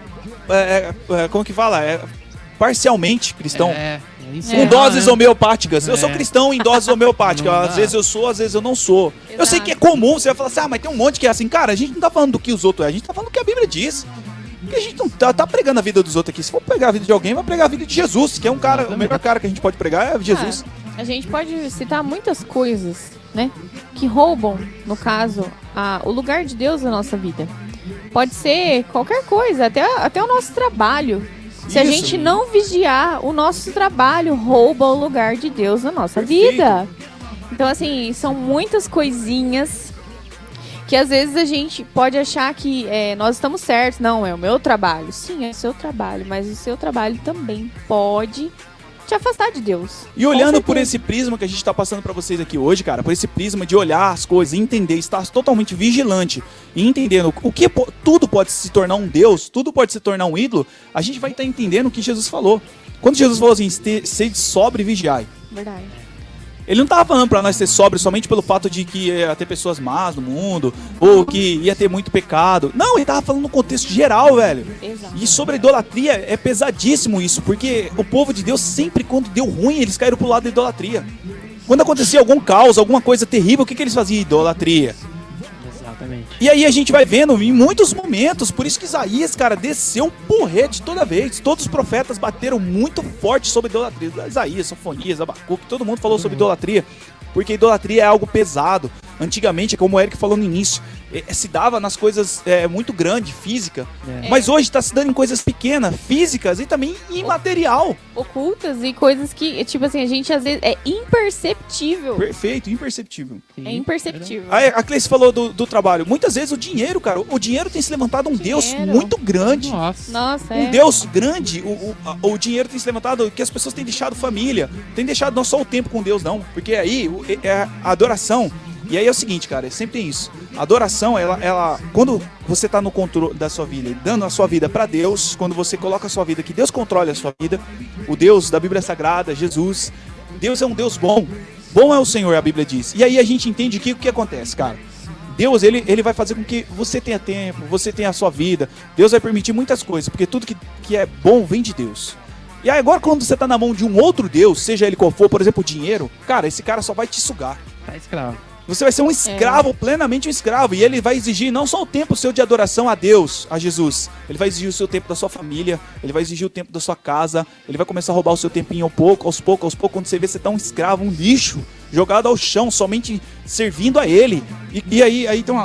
como que fala? Parcialmente cristão. Com doses homeopáticas. Eu sou cristão em doses homeopáticas. Às vezes eu sou, às vezes eu não sou. Exato. Eu sei que é comum, você vai falar assim, mas tem um monte que é assim. Cara, a gente não tá falando do que os outros é, a gente tá falando do que a Bíblia diz. Porque a gente não tá pregando a vida dos outros aqui. Se for pregar a vida de alguém, vai pregar a vida de Jesus, que é um cara, o melhor cara que a gente pode pregar é Jesus. A gente pode citar muitas coisas, né? Que roubam, no caso, o lugar de Deus na nossa vida. Pode ser qualquer coisa, até o nosso trabalho. Se a Isso. gente não vigiar, o nosso trabalho rouba o lugar de Deus na nossa Perfeito. vida. Então, assim, são muitas coisinhas que às vezes a gente pode achar que nós estamos certos. Não, é o meu trabalho. Sim, é o seu trabalho, mas o seu trabalho também pode te afastar de Deus. E olhando por esse prisma que a gente tá passando pra vocês aqui hoje, cara, por esse prisma de olhar as coisas, entender, estar totalmente vigilante e entendendo o que tudo pode se tornar um Deus, tudo pode se tornar um ídolo, a gente vai estar entendendo o que Jesus falou. Quando Jesus falou assim, sede sóbrio e vigiai. Verdade. Ele não tava falando pra nós ser sóbrio somente pelo fato de que ia ter pessoas más no mundo, ou que ia ter muito pecado. Não, ele tava falando no contexto geral, velho. Exato. E sobre a idolatria, é pesadíssimo isso, porque o povo de Deus sempre, quando deu ruim, eles caíram pro lado da idolatria. Quando acontecia algum caos, alguma coisa terrível, o que eles faziam? Idolatria. Exatamente. E aí a gente vai vendo em muitos momentos, por isso que Isaías, cara, desceu um porrete toda vez. Todos os profetas bateram muito forte sobre idolatria. Isaías, Sofonias, Abacuque, todo mundo falou sobre idolatria. Porque idolatria é algo pesado. Antigamente, como o Eric falou no início, se dava nas coisas muito grandes, física. Mas hoje está se dando em coisas pequenas, físicas e também imaterial. Ocultas e coisas que, tipo assim, a gente às vezes é imperceptível. Perfeito, imperceptível. É imperceptível. Aí a Cleice falou do trabalho. Muitas vezes o dinheiro, cara, o dinheiro tem se levantado um Deus muito grande. Nossa, Um Deus grande. O dinheiro tem se levantado que as pessoas têm deixado família, têm deixado não só o tempo com Deus, não. Porque aí a adoração. E aí é o seguinte, cara, sempre tem isso. A adoração, ela quando você tá no controle da sua vida, dando a sua vida pra Deus, quando você coloca a sua vida, que Deus controle a sua vida, o Deus da Bíblia Sagrada, Jesus, Deus é um Deus bom. Bom é o Senhor, a Bíblia diz. E aí a gente entende que o que acontece, cara. Deus, ele vai fazer com que você tenha tempo, você tenha a sua vida. Deus vai permitir muitas coisas, porque tudo que é bom vem de Deus. E aí agora quando você tá na mão de um outro Deus, seja ele qual for, por exemplo, o dinheiro, cara, esse cara só vai te sugar. Tá escravo. Você vai ser um escravo, plenamente um escravo. E ele vai exigir não só o tempo seu de adoração a Deus, a Jesus. Ele vai exigir o seu tempo da sua família. Ele vai exigir o tempo da sua casa. Ele vai começar a roubar o seu tempinho aos poucos. Quando você vê, você tá um escravo, um lixo, jogado ao chão, somente servindo a ele. E aí tem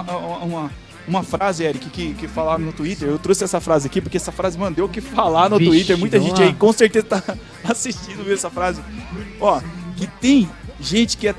uma frase, Eric, que falaram no Twitter. Eu trouxe essa frase aqui, porque essa frase mandou o que falar no Twitter. Muita gente aí com certeza tá assistindo essa frase. Ó, que tem gente que é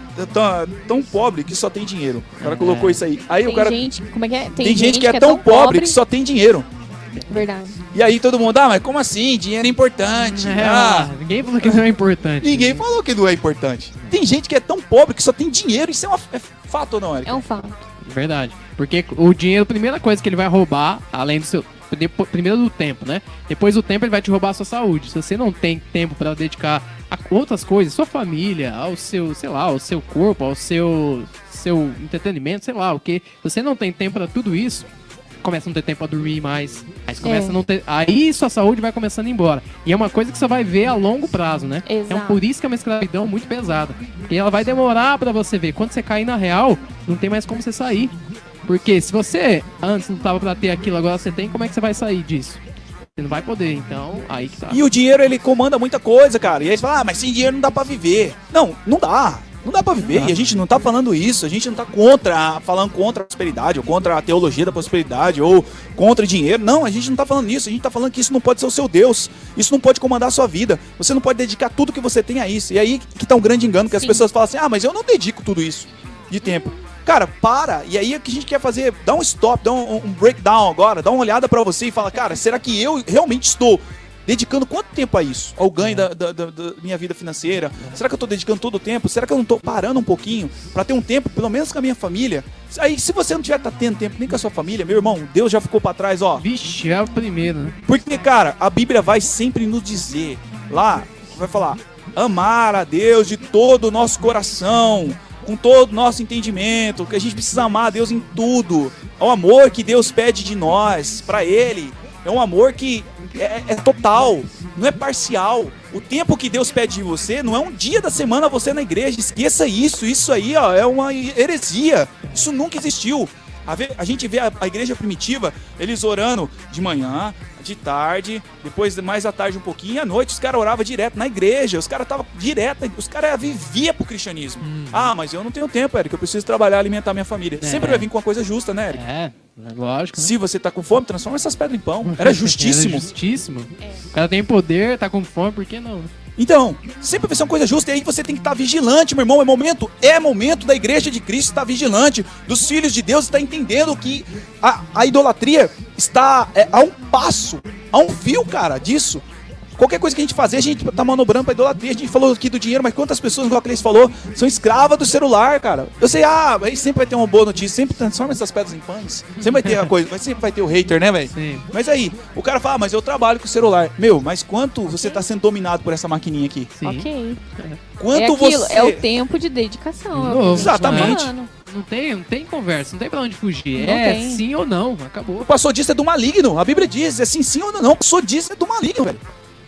tão pobre que só tem dinheiro. O cara colocou isso aí. Aí tem o cara. Gente, como é que é? Tem gente que é tão pobre que só tem dinheiro. Verdade. E aí todo mundo, mas como assim? Dinheiro é importante. Ninguém falou que não é importante. Ninguém falou que não é importante. Tem gente que é tão pobre que só tem dinheiro. Isso é fato ou não, Eric? É um fato. Verdade. Porque o dinheiro, a primeira coisa que ele vai roubar, além do seu. Primeiro do tempo, né? Depois do tempo ele vai te roubar a sua saúde. Se você não tem tempo pra dedicar a outras coisas, sua família, ao seu, sei lá, ao seu corpo, ao seu entretenimento, sei lá, o que. Se você não tem tempo pra tudo isso, começa a não ter tempo pra dormir mais. Aí você começa a não ter. Aí sua saúde vai começando a ir embora. E é uma coisa que você vai ver a longo prazo, né? Exato. Então por isso que é uma escravidão muito pesada. Porque ela vai demorar pra você ver. Quando você cair na real, não tem mais como você sair. Porque se você antes não tava pra ter aquilo, agora você tem, como é que você vai sair disso? Você não vai poder, então aí que tá. E o dinheiro, ele comanda muita coisa, cara. E aí você fala, mas sem dinheiro não dá pra viver. Não dá. Não dá pra viver, e a gente não tá falando isso, a gente não tá falando contra a prosperidade, ou contra a teologia da prosperidade, ou contra dinheiro. Não, a gente não tá falando isso, a gente tá falando que isso não pode ser o seu Deus, isso não pode comandar a sua vida, você não pode dedicar tudo que você tem a isso. E aí que tá um grande engano, que as pessoas falam assim, mas eu não dedico tudo isso de tempo. Cara, para, e aí o que a gente quer fazer, dá um stop, dá um breakdown agora, dá uma olhada pra você e fala, cara, será que eu realmente estou dedicando quanto tempo a isso? Ao ganho da minha vida financeira? Será que eu tô dedicando todo o tempo? Será que eu não tô parando um pouquinho pra ter um tempo, pelo menos com a minha família? Aí, se você não tiver tendo tempo nem com a sua família, meu irmão, Deus já ficou pra trás, ó. Vixe, é o primeiro, né? Porque, cara, a Bíblia vai sempre nos dizer, lá, vai falar, amar a Deus de todo o nosso coração, com todo o nosso entendimento, que a gente precisa amar a Deus em tudo. É o amor que Deus pede de nós, pra Ele. É um amor que é total, não é parcial. O tempo que Deus pede de você não é um dia da semana você na igreja. Esqueça isso. Isso aí, ó, é uma heresia. Isso nunca existiu. A gente vê a igreja primitiva, eles orando de manhã, de tarde, depois mais à tarde um pouquinho, e à noite os caras oravam direto na igreja, os caras estavam direto, os caras viviam pro cristianismo. Mas eu não tenho tempo, Eric, eu preciso trabalhar, alimentar minha família. Sempre vai vir com uma coisa justa, né, Eric? Lógico. Se você tá com fome, transforma essas pedras em pão. Era justíssimo. Era justíssimo. O cara tem poder, tá com fome, por que não? Então, sempre vai ser uma coisa justa, e aí você tem que estar vigilante, meu irmão. É momento da igreja de Cristo estar vigilante, dos filhos de Deus estar entendendo que a idolatria está a um passo, a um fio, cara, disso. Qualquer coisa que a gente fazer, a gente tá manobrando pra idolatria. A gente falou aqui do dinheiro, mas quantas pessoas, igual a Cleice falou, são escravas do celular, cara. Eu sei, aí sempre vai ter uma boa notícia, sempre transforma essas pedras em pães. Sempre vai ter a coisa, mas sempre vai ter o hater, né, velho? Mas aí, o cara fala, mas eu trabalho com o celular. Meu, mas quanto você tá sendo dominado por essa maquininha aqui? Sim. Ok. Quanto aquilo, você... é o tempo de dedicação. Exatamente. Não tem conversa, não tem pra onde fugir. Não tem. Sim ou não, acabou. Passou disso é do maligno. A Bíblia diz, é sim ou não. Passou disso é do maligno, velho.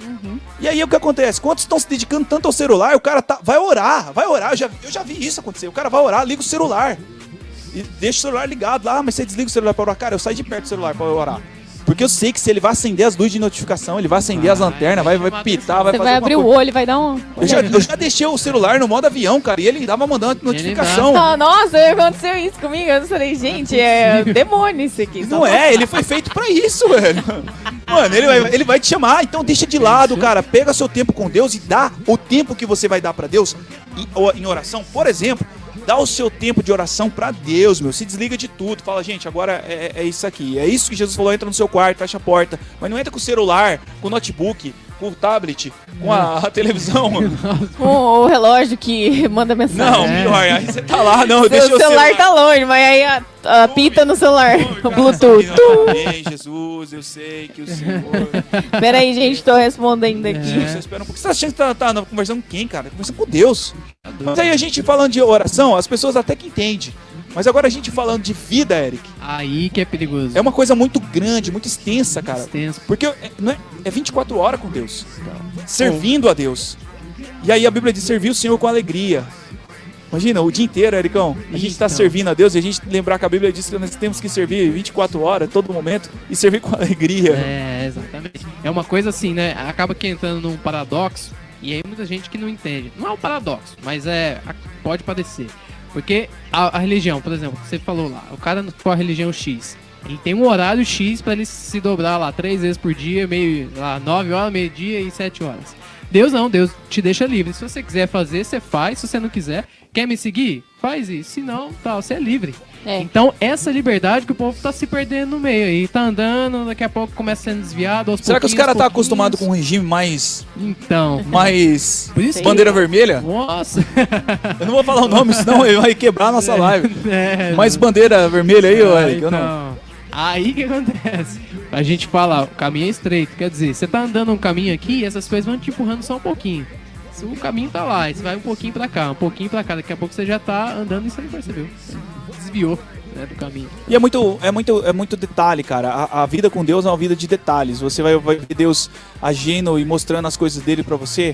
E aí o que acontece? Quantos estão se dedicando tanto ao celular, o cara vai orar. Eu já vi isso acontecer. O cara vai orar, liga o celular e deixa o celular ligado lá, mas você desliga o celular pra orar. Cara, eu saio de perto do celular pra orar. Porque eu sei que se ele vai acender as luzes de notificação, ele vai acender as lanternas, vai pitar, vai Você fazer vai abrir o olho, vai dar um... Eu já deixei o celular no modo avião, cara, e ele tava mandando notificação. Nossa, aconteceu isso comigo. Eu falei, gente, é demônio isso aqui. Não ele foi feito pra isso, velho. Mano, ele vai te chamar, então deixa de lado, cara. Pega seu tempo com Deus e dá o tempo que você vai dar pra Deus em oração. Por exemplo, dá o seu tempo de oração pra Deus, meu. Se desliga de tudo. Fala, gente, agora é isso aqui. É isso que Jesus falou, entra no seu quarto, fecha a porta. Mas não entra com o celular, com o notebook, com o tablet, com a televisão. Com o relógio que manda mensagem. Não, pior, aí você tá lá, não, deixa o celular tá longe, mas aí apita no celular, o Bluetooth. Amém, Jesus, eu sei que o Senhor... Pera aí, gente, tô respondendo aqui. Você espera um pouco. Você tá achando que tá conversando com quem, cara? Conversando com Deus. Mas aí a gente falando de oração, as pessoas até que entendem. Mas agora a gente falando de vida, Eric. Aí que é perigoso. É uma coisa muito grande, muito extensa, cara. Extenso. Porque é 24 horas com Deus. Servindo a Deus. E aí a Bíblia diz servir o Senhor com alegria. Imagina, o dia inteiro, Ericão, a gente tá servindo a Deus e a gente lembrar que a Bíblia diz que nós temos que servir 24 horas, todo momento, e servir com alegria. Exatamente. É uma coisa assim, né? Acaba que entrando num paradoxo, e aí muita gente que não entende. Não é um paradoxo, mas pode parecer. Porque a religião, por exemplo, que você falou lá, o cara com a religião X, ele tem um horário X pra ele se dobrar lá 3 vezes por dia, 9 horas, meio-dia e 7 horas. Deus não, Deus te deixa livre. Se você quiser fazer, você faz. Se você não quiser, quer me seguir? Faz isso. Se não, você é livre. Então, essa liberdade que o povo tá se perdendo no meio aí. Tá andando, daqui a pouco começa sendo desviado. Será que os caras tá acostumados com um regime mais... Então... Mais... Por isso bandeira vermelha? Nossa! Eu não vou falar o nome, senão ele vai quebrar a nossa live. Mais bandeira vermelha aí, Eric? Então... Eu não... Aí que acontece? A gente fala, o caminho é estreito. Quer dizer, você tá andando um caminho aqui e essas coisas vão te empurrando só um pouquinho. O caminho tá lá, e você vai um pouquinho pra cá, daqui a pouco você já tá andando e você não percebeu. Desviou, né, do caminho. E é muito detalhe, cara. A vida com Deus é uma vida de detalhes. Você vai ver Deus agindo e mostrando as coisas dele pra você.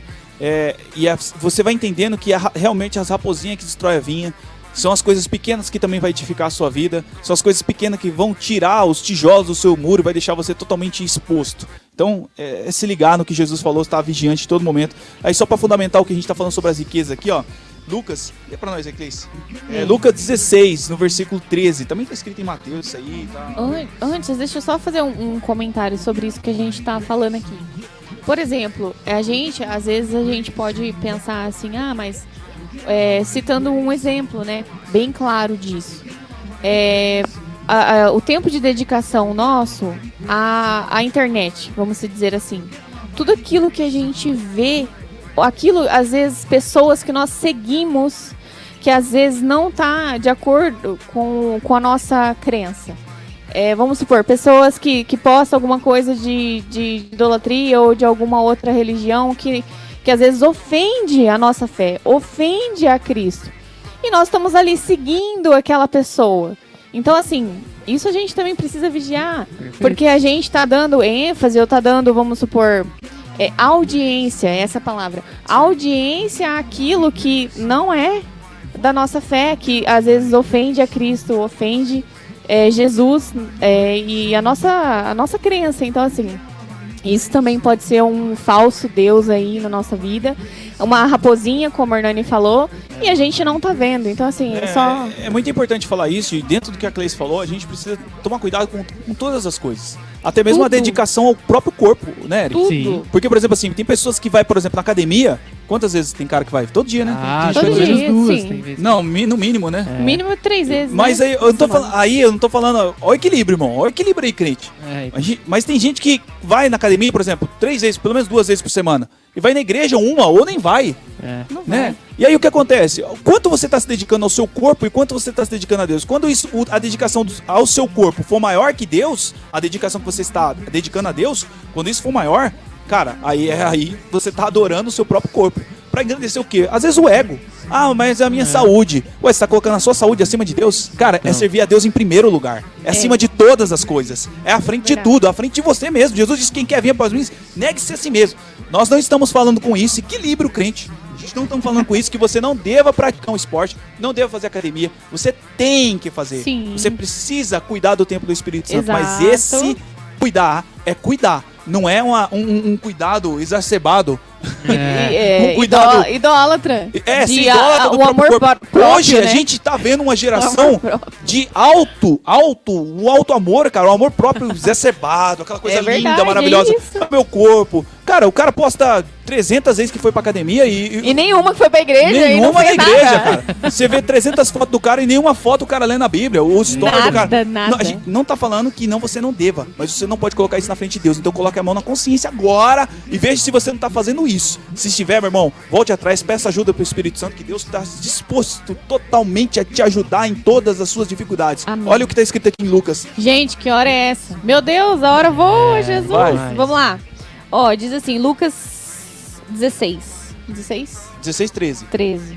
Você vai entendendo que realmente as raposinhas que destrói a vinha. São as coisas pequenas que também vai edificar a sua vida. São as coisas pequenas que vão tirar os tijolos do seu muro e vai deixar você totalmente exposto. Então, se ligar no que Jesus falou, estar vigiante em todo momento. Aí só para fundamentar o que a gente está falando sobre as riquezas aqui, ó. Lucas, lê pra nós aí, Cleice. Lucas 16, no versículo 13. Também tá escrito em Mateus isso aí. Tá? Antes, deixa eu só fazer um comentário sobre isso que a gente tá falando aqui. Por exemplo, às vezes a gente pode pensar assim, mas citando um exemplo, né, bem claro disso. O tempo de dedicação nosso à internet, vamos dizer assim. Tudo aquilo que a gente vê, às vezes, pessoas que nós seguimos, que às vezes não tá de acordo com a nossa crença. Vamos supor, pessoas que postam alguma coisa de idolatria ou de alguma outra religião que às vezes ofende a nossa fé, ofende a Cristo. E nós estamos ali seguindo aquela pessoa. Então, assim, isso a gente também precisa vigiar. Perfeito. Porque a gente está dando ênfase, ou está dando, vamos supor, audiência, essa palavra. Audiência àquilo que não é da nossa fé, que às vezes ofende a Cristo, ofende Jesus e a nossa crença. Então, assim, isso também pode ser um falso Deus aí na nossa vida. Uma raposinha, como a Hernani falou, e a gente não tá vendo. Então, assim, É muito importante falar isso, e dentro do que a Cleice falou, a gente precisa tomar cuidado com todas as coisas. Até mesmo a dedicação ao próprio corpo, né, Eric? Tudo. Porque, por exemplo, assim, tem pessoas que vai, por exemplo, na academia. Quantas vezes tem cara que vai? Todo dia, né? todo dia, duas, sim. tem vezes. Não, no mínimo, né? Mínimo 3 vezes, Mas né? aí eu não tô falando. Olha o equilíbrio, irmão. Olha o equilíbrio aí, crente. Mas tem gente que vai na academia, por exemplo, 3 vezes, pelo menos 2 vezes por semana. E vai na igreja uma ou nem vai. Não Né? vai. E aí o que acontece? Quanto você está se dedicando ao seu corpo e quanto você está se dedicando a Deus? Quando a dedicação ao seu corpo for maior que Deus, a dedicação que você está dedicando a Deus, quando isso for maior, cara, aí você está adorando o seu próprio corpo. Pra engrandecer o quê? Às vezes o ego. Mas é a minha saúde. Ué, você tá colocando a sua saúde acima de Deus? Cara, é servir a Deus em primeiro lugar. É acima de todas as coisas. É à frente de tudo, à frente de você mesmo. Jesus disse: quem quer vir após mim, negue-se a si mesmo. Nós não estamos falando com isso. Equilíbrio, crente. A gente não estamos falando com isso que você não deva praticar um esporte, não deva fazer academia. Você tem que fazer. Sim. Você precisa cuidar do templo do Espírito Santo. Exato. Mas esse cuidar é cuidar. Não é um cuidado exacerbado. Um cuidado idólatra. Ser idólatra do o amor próprio. próprio, Hoje, né? a gente tá vendo uma geração de alto amor, cara. O amor próprio exacerbado, aquela coisa linda, verdade, maravilhosa. isso. Meu corpo. Cara, o cara posta 300 vezes que foi pra academia E nenhuma que foi pra igreja e não nenhuma fez na igreja, nada. cara. Você vê 300 fotos do cara e nenhuma foto o cara lendo a Bíblia. O story do cara. Nada. Não, a gente não tá falando que você não deva, mas você não pode colocar isso na frente de Deus. Então coloque a mão na consciência agora e veja se você não tá fazendo isso. Se estiver, meu irmão, volte atrás, peça ajuda pro Espírito Santo, que Deus está disposto totalmente a te ajudar em todas as suas dificuldades. Amém. Olha o que tá escrito aqui em Lucas. Gente, que hora é essa? Meu Deus, a hora voa, Jesus. vai. Vamos lá. Ó, diz assim, Lucas 16. 16? 16, 13. 13.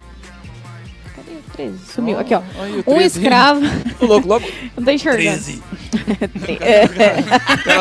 Cadê o 13? Sumiu. Aqui, ó. Aí, o Um 13. escravo... Tô louco, logo. Não tô enxergando. 13. O cara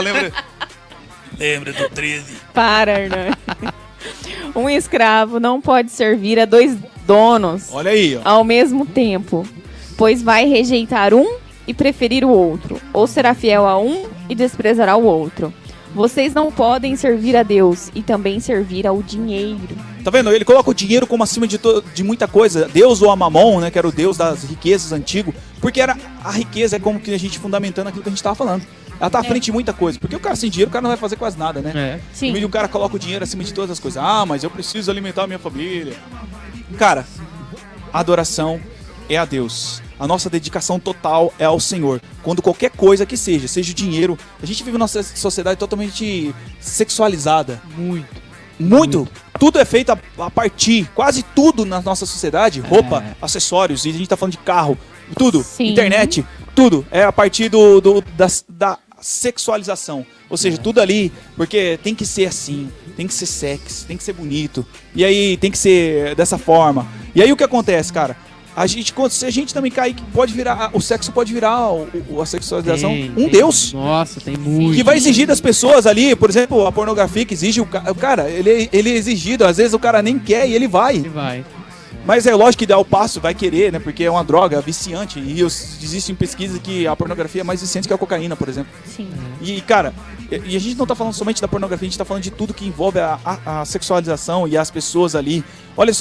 lembra do 13. Para, Hernani. Um escravo não pode servir a 2 donos Olha aí, ó. ao mesmo tempo, pois vai rejeitar um e preferir o outro, ou será fiel a um e desprezará o outro. Vocês não podem servir a Deus e também servir ao dinheiro. Tá vendo? Ele coloca o dinheiro como acima de muita coisa. Deus ou a Mamon, né? Que era o Deus das riquezas antigo. Porque a riqueza é como que a gente fundamentando aquilo que a gente tava falando. Ela tá à frente de muita coisa. Porque o cara sem dinheiro, o cara não vai fazer quase nada, né? Sim. E o cara coloca o dinheiro acima de todas as coisas. Mas eu preciso alimentar a minha família. Cara, a adoração é a Deus. A nossa dedicação total é ao Senhor. Quando qualquer coisa que seja o dinheiro... A gente vive numa sociedade totalmente sexualizada. Muito. Tudo é feito a partir, quase tudo na nossa sociedade, roupa, acessórios, e a gente tá falando de carro, tudo, Sim. internet, tudo é a partir da sexualização. Ou seja, tudo ali, porque tem que ser assim, tem que ser sexy, tem que ser bonito, e aí tem que ser dessa forma. E aí o que acontece, cara? Se a gente também cair, pode virar, o sexo pode virar a sexualização Deus. Nossa, tem muito. Que vai exigir das pessoas ali, por exemplo, a pornografia que exige o cara, ele é exigido, às vezes o cara nem quer e ele vai. Mas é lógico que dá o passo, vai querer, né? Porque é uma droga viciante. E existem pesquisas que a pornografia é mais viciante que a cocaína, por exemplo. Sim. E, cara, a gente não tá falando somente da pornografia, a gente tá falando de tudo que envolve a sexualização e as pessoas ali. Olha só,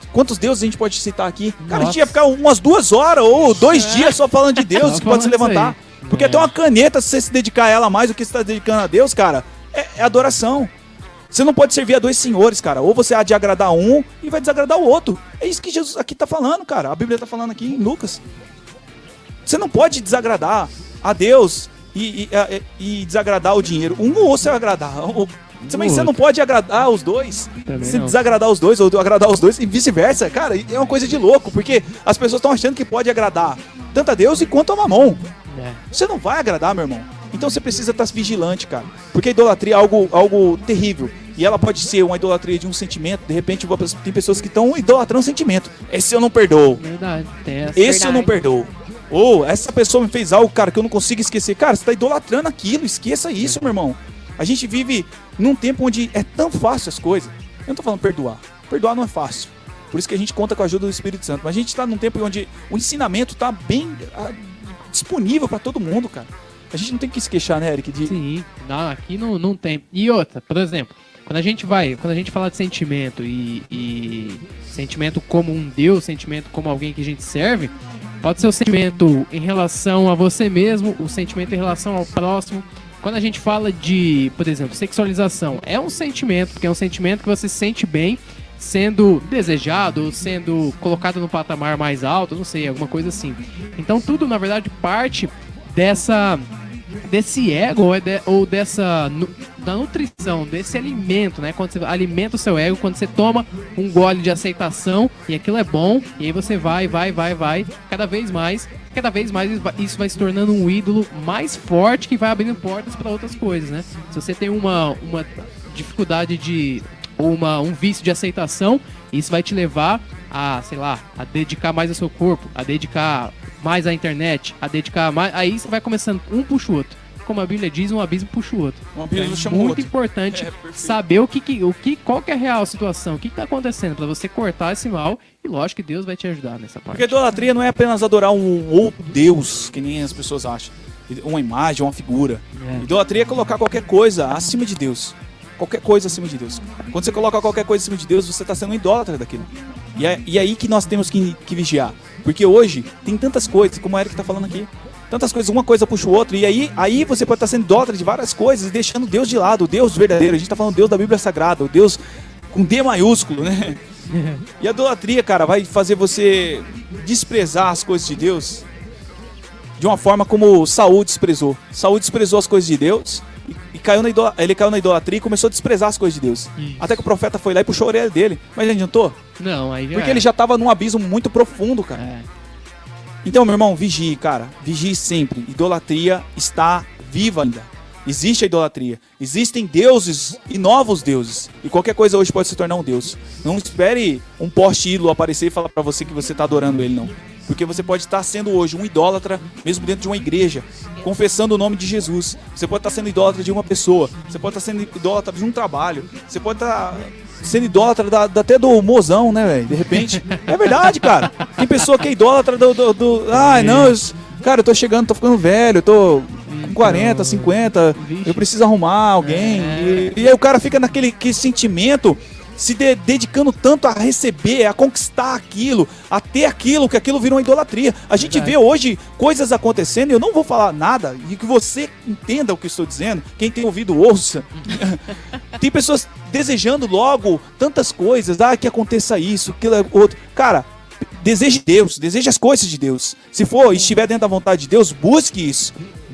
Quantos deuses a gente pode citar aqui? Cara, a gente Nossa. ia ficar umas 2 horas ou 2 dias só falando de Deus Só que pode se falando levantar. isso aí. Porque até uma caneta, se você se dedicar a ela mais do que você está dedicando a Deus, cara, é adoração. Você não pode servir a 2 senhores, cara. Ou você há de agradar um e vai desagradar o outro. É isso que Jesus aqui tá falando, cara. A Bíblia tá falando aqui em Lucas. Você não pode desagradar a Deus e desagradar o dinheiro. Um ou você vai agradar. Também você não pode agradar os dois. Se desagradar os dois ou agradar os dois e vice-versa. Cara, é uma coisa de louco. Porque as pessoas estão achando que pode agradar tanto a Deus quanto a Mamon. Você não vai agradar, meu irmão. Então você precisa estar vigilante, cara. Porque a idolatria é algo terrível. E ela pode ser uma idolatria de um sentimento. De repente tem pessoas que estão idolatrando sentimento. Esse eu não perdoo. Verdade. Tem essa. Esse eu não perdoo. Ou essa pessoa me fez algo, cara, que eu não consigo esquecer. Cara, você está idolatrando aquilo. Esqueça isso, meu irmão. A gente vive num tempo onde é tão fácil as coisas. Eu não tô falando perdoar. Perdoar não é fácil. Por isso que a gente conta com a ajuda do Espírito Santo. Mas a gente está num tempo onde o ensinamento está bem disponível para todo mundo, cara. A gente não tem que se queixar, né, Eric? Sim, não, aqui não tem. E outra, por exemplo, quando a gente fala de sentimento e sentimento como um Deus, sentimento como alguém que a gente serve, pode ser o sentimento em relação a você mesmo, o sentimento em relação ao próximo. Quando a gente fala de, por exemplo, sexualização, é um sentimento, porque é um sentimento que você se sente bem sendo desejado, ou sendo colocado no patamar mais alto, não sei, alguma coisa assim. Então tudo, na verdade, parte desse ego ou da nutrição, desse alimento, né? Quando você alimenta o seu ego, quando você toma um gole de aceitação e aquilo é bom, e aí você vai, cada vez mais isso vai se tornando um ídolo mais forte que vai abrindo portas para outras coisas, né? Se você tem uma dificuldade um vício de aceitação, isso vai te levar a, sei lá, a dedicar mais ao seu corpo, a dedicar mais à internet, a dedicar mais. Aí você vai começando, um puxa o outro. Como a Bíblia diz, um abismo puxa o outro. Um abismo chama o muito outro. importante saber qual que é a real situação, o que está acontecendo, para você cortar esse mal. E lógico que Deus vai te ajudar nessa parte. Porque idolatria não é apenas adorar um outro Deus, que nem as pessoas acham. Uma imagem, uma figura. Idolatria é colocar qualquer coisa acima de Deus. Qualquer coisa acima de Deus. Quando você coloca qualquer coisa acima de Deus, você está sendo um idólatra daquilo. E é aí que nós temos que vigiar. Porque hoje tem tantas coisas, como a Eric está falando aqui. Tantas coisas, uma coisa puxa o outro. E aí você pode estar sendo idólatra de várias coisas e deixando Deus de lado. O Deus verdadeiro. A gente está falando Deus da Bíblia Sagrada. O Deus com D maiúsculo, né? E a idolatria, cara, vai fazer você desprezar as coisas de Deus de uma forma como Saul desprezou. Saul desprezou as coisas de Deus e ele caiu na idolatria e começou a desprezar as coisas de Deus. Isso. Até que o profeta foi lá e puxou a orelha dele. Mas não adiantou? Não, aí já porque ele já estava num abismo muito profundo, cara. Então, meu irmão, vigie, cara. Vigie sempre. Idolatria está viva ainda. Existe a idolatria. Existem deuses e novos deuses. E qualquer coisa hoje pode se tornar um deus. Não espere um poste ídolo aparecer e falar pra você que você tá adorando ele, não. Porque você pode estar sendo hoje um idólatra, mesmo dentro de uma igreja, confessando o nome de Jesus. Você pode estar sendo idólatra de uma pessoa. Você pode estar sendo idólatra de um trabalho. Você pode estar sendo idólatra até do mozão, né, velho? De repente. É verdade, cara. Tem pessoa que é idólatra Ai, não, cara, eu tô chegando, tô ficando velho, eu tô com 40, 50, eu preciso arrumar alguém. E aí o cara fica naquele sentimento, se dedicando tanto a receber, a conquistar aquilo, a ter aquilo, que aquilo vira uma idolatria. A gente vê hoje coisas acontecendo, e eu não vou falar nada, e que você entenda o que eu estou dizendo, quem tem ouvido ouça. Tem pessoas desejando logo tantas coisas, que aconteça isso, aquilo, outro. Cara, deseje Deus, deseje as coisas de Deus. Se estiver dentro da vontade de Deus, busque isso,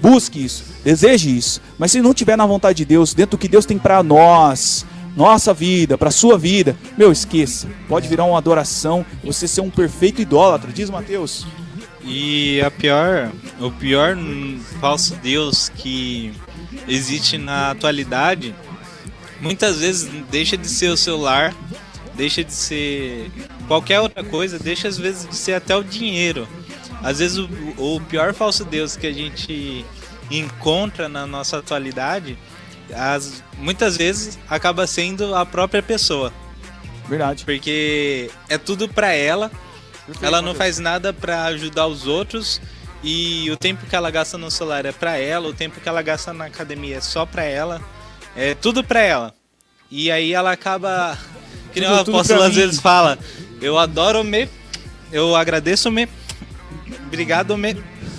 deseje isso. Mas se não estiver na vontade de Deus, dentro do que Deus tem pra nós, nossa vida, pra sua vida, esqueça. Pode virar uma adoração, você ser um perfeito idólatra, diz Mateus. E o pior falso Deus que existe na atualidade, muitas vezes deixa de ser o celular, deixa de ser qualquer outra coisa, deixa às vezes de ser até o dinheiro. Às vezes o pior falso Deus que a gente encontra na nossa atualidade, muitas vezes acaba sendo a própria pessoa. Verdade. Porque é tudo pra ela, ela não faz nada pra ajudar os outros, e o tempo que ela gasta no celular é pra ela, o tempo que ela gasta na academia é só pra ela, é tudo pra ela. E aí ela acaba, que nem o apóstolo às vezes fala, Eu adoro me. Eu agradeço me. Obrigado me.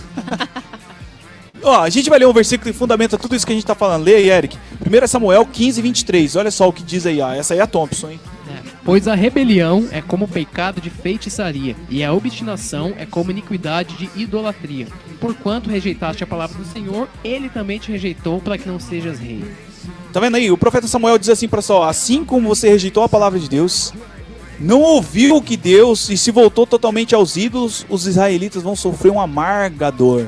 Ó, a gente vai ler um versículo que fundamenta tudo isso que a gente tá falando. Lê aí, Eric. 1 Samuel 15, 23. Olha só o que diz aí, ó. Essa aí é a Thompson, hein? Pois a rebelião é como pecado de feitiçaria, e a obstinação é como iniquidade de idolatria. Porquanto rejeitaste a palavra do Senhor, ele também te rejeitou para que não sejas rei. Tá vendo aí? O profeta Samuel diz assim pra Saul: assim como você rejeitou a palavra de Deus, não ouviu o que Deus e se voltou totalmente aos ídolos, os israelitas vão sofrer uma amarga dor.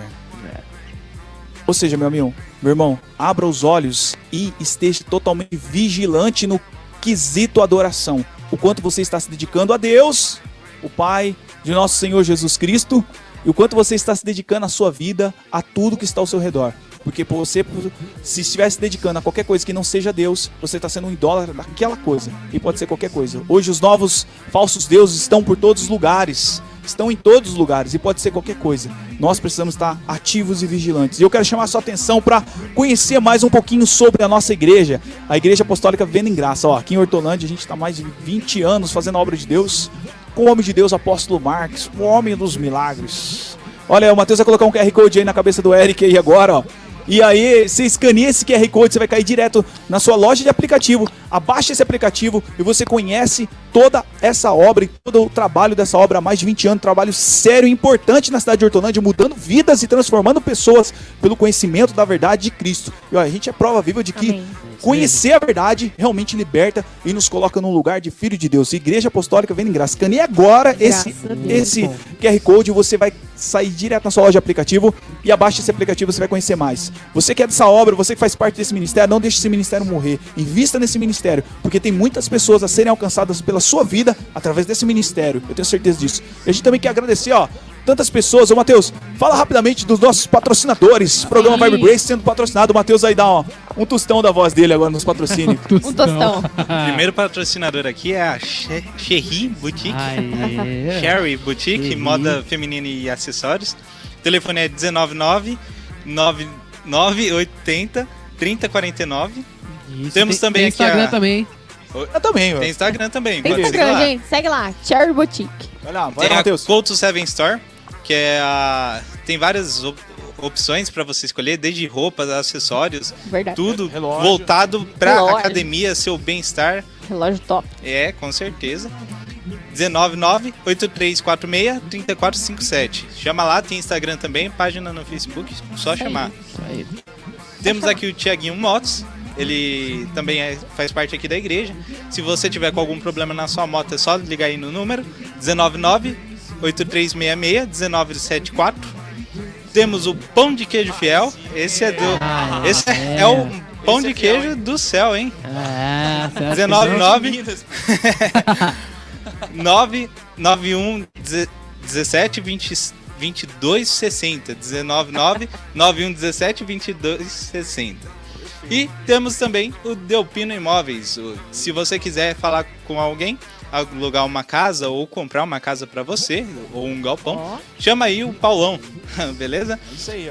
Ou seja, meu amigo, meu irmão, abra os olhos e esteja totalmente vigilante no quesito adoração. O quanto você está se dedicando a Deus, o Pai de nosso Senhor Jesus Cristo, e o quanto você está se dedicando a sua vida, a tudo que está ao seu redor. Porque você, se estiver se dedicando a qualquer coisa que não seja Deus, você está sendo um idólatra daquela coisa. E pode ser qualquer coisa. Hoje os novos falsos deuses estão por todos os lugares. Estão em todos os lugares e pode ser qualquer coisa. Nós precisamos estar ativos e vigilantes. E eu quero chamar a sua atenção para conhecer mais um pouquinho sobre a nossa igreja. A Igreja Apostólica Vendo em Graça. Ó, aqui em Hortolândia a gente está há mais de 20 anos fazendo a obra de Deus. Com o homem de Deus, apóstolo Marques, o homem dos milagres. Olha, o Matheus vai colocar um QR Code aí na cabeça do Eric aí agora, ó. E aí, você escaneia esse QR Code, você vai cair direto na sua loja de aplicativo. Abaixa esse aplicativo e você conhece toda essa obra e todo o trabalho dessa obra há mais de 20 anos. Trabalho sério e importante na cidade de Hortolândia, mudando vidas e transformando pessoas pelo conhecimento da verdade de Cristo. E olha, a gente é prova viva de que conhecer a verdade realmente liberta e nos coloca num lugar de filho de Deus. Igreja Apostólica Vendo em Graça. Escaneia agora esse QR Code e você vai sair direto na sua loja de aplicativo e abaixa esse aplicativo, você vai conhecer mais. Você que é dessa obra, você que faz parte desse ministério, não deixe esse ministério morrer. Invista nesse ministério, porque tem muitas pessoas a serem alcançadas pela sua vida através desse ministério. Eu tenho certeza disso. E a gente também quer agradecer, ó, tantas pessoas. Ô, Matheus, fala rapidamente dos nossos patrocinadores. Programa Vibe Grace sendo patrocinado. O Matheus aí dá um tostão da voz dele agora nos patrocínios. Um tostão. O primeiro patrocinador aqui é a Cherry Boutique. Cherry Boutique, moda feminina e acessórios. O telefone é 199-980-3049. Temos também aqui Instagram também. Eu também, tem Instagram também. Tem Instagram, gente. Segue lá. Cherry Boutique. Vai lá, vai tem lá, Matheus. A Go to Seven Store, que é tem várias opções para você escolher, desde roupas, acessórios, tudo relógio, voltado para academia, seu bem-estar. Relógio top. É, com certeza. 199-8346-3457. Chama lá, tem Instagram também, página no Facebook, só chamar. Temos aqui o Thiaguinho Motos. Ele também faz parte aqui da igreja. Se você tiver com algum problema na sua moto, é só ligar aí no número 199-8366-1974. Temos o Pão de Queijo Fiel. Esse é é o pão de queijo do céu, hein? 199-991-17-2260. 199-9117-2260. E temos também o Delpino Imóveis. Se você quiser falar com alguém, alugar uma casa ou comprar uma casa para você, ou um galpão, chama aí o Paulão, beleza? Isso aí, ó.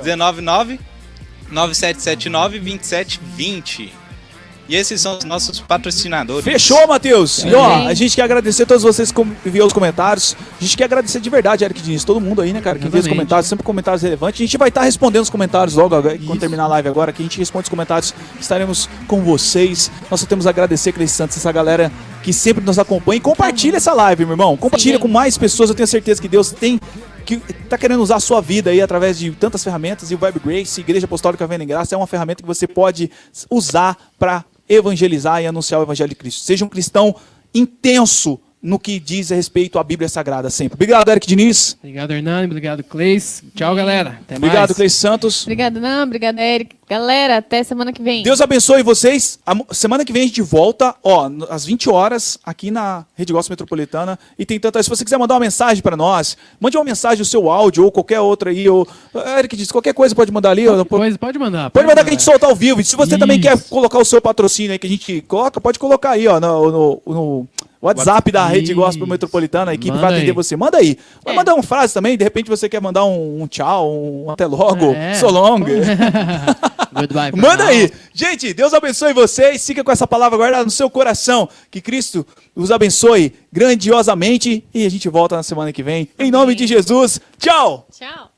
199-9779-2720. E esses são os nossos patrocinadores. Fechou, Matheus! E ó, a gente quer agradecer a todos vocês que enviou os comentários. A gente quer agradecer de verdade, Eric Diniz, todo mundo aí, né, cara, que envia os comentários, sempre comentários relevantes. A gente vai estar respondendo os comentários logo quando terminar a live agora, que a gente responde os comentários, estaremos com vocês. Nós só temos a agradecer, Cleiton Santos, essa galera que sempre nos acompanha. E compartilha essa live, meu irmão. Compartilha com mais pessoas, eu tenho certeza que Deus que tá querendo usar a sua vida aí através de tantas ferramentas. E o Vibe Grace, Igreja Apostólica Vendo em Graça, é uma ferramenta que você pode usar para evangelizar e anunciar o Evangelho de Cristo. Seja um cristão intenso no que diz a respeito à Bíblia Sagrada sempre. Obrigado, Eric Diniz. Obrigado, Hernani. Obrigado, Cleis. Tchau, galera. Até Obrigado, mais. Cleis Santos. Obrigado, Obrigado, Eric. Galera, até semana que vem. Deus abençoe vocês. Semana que vem a gente volta, ó, às 20 horas, aqui na Rede Gospel Metropolitana. E tem tantas. Se você quiser mandar uma mensagem para nós, mande uma mensagem, o seu áudio, ou qualquer outra aí. Ou, Eric disse, qualquer coisa pode mandar ali. Pode mandar. Pode mandar que a gente soltar ao vivo. E se você também quer colocar o seu patrocínio aí que a gente coloca, pode colocar aí, ó, no WhatsApp da Rede Gospel Metropolitana, a equipe vai atender você. Manda aí. Vai mandar uma frase também, de repente você quer mandar um tchau, um até logo, so long. Goodbye, Manda aí. Gente, Deus abençoe vocês. Fica com essa palavra guardada no seu coração. Que Cristo os abençoe grandiosamente. E a gente volta na semana que vem. Em nome de Jesus. Tchau. Tchau.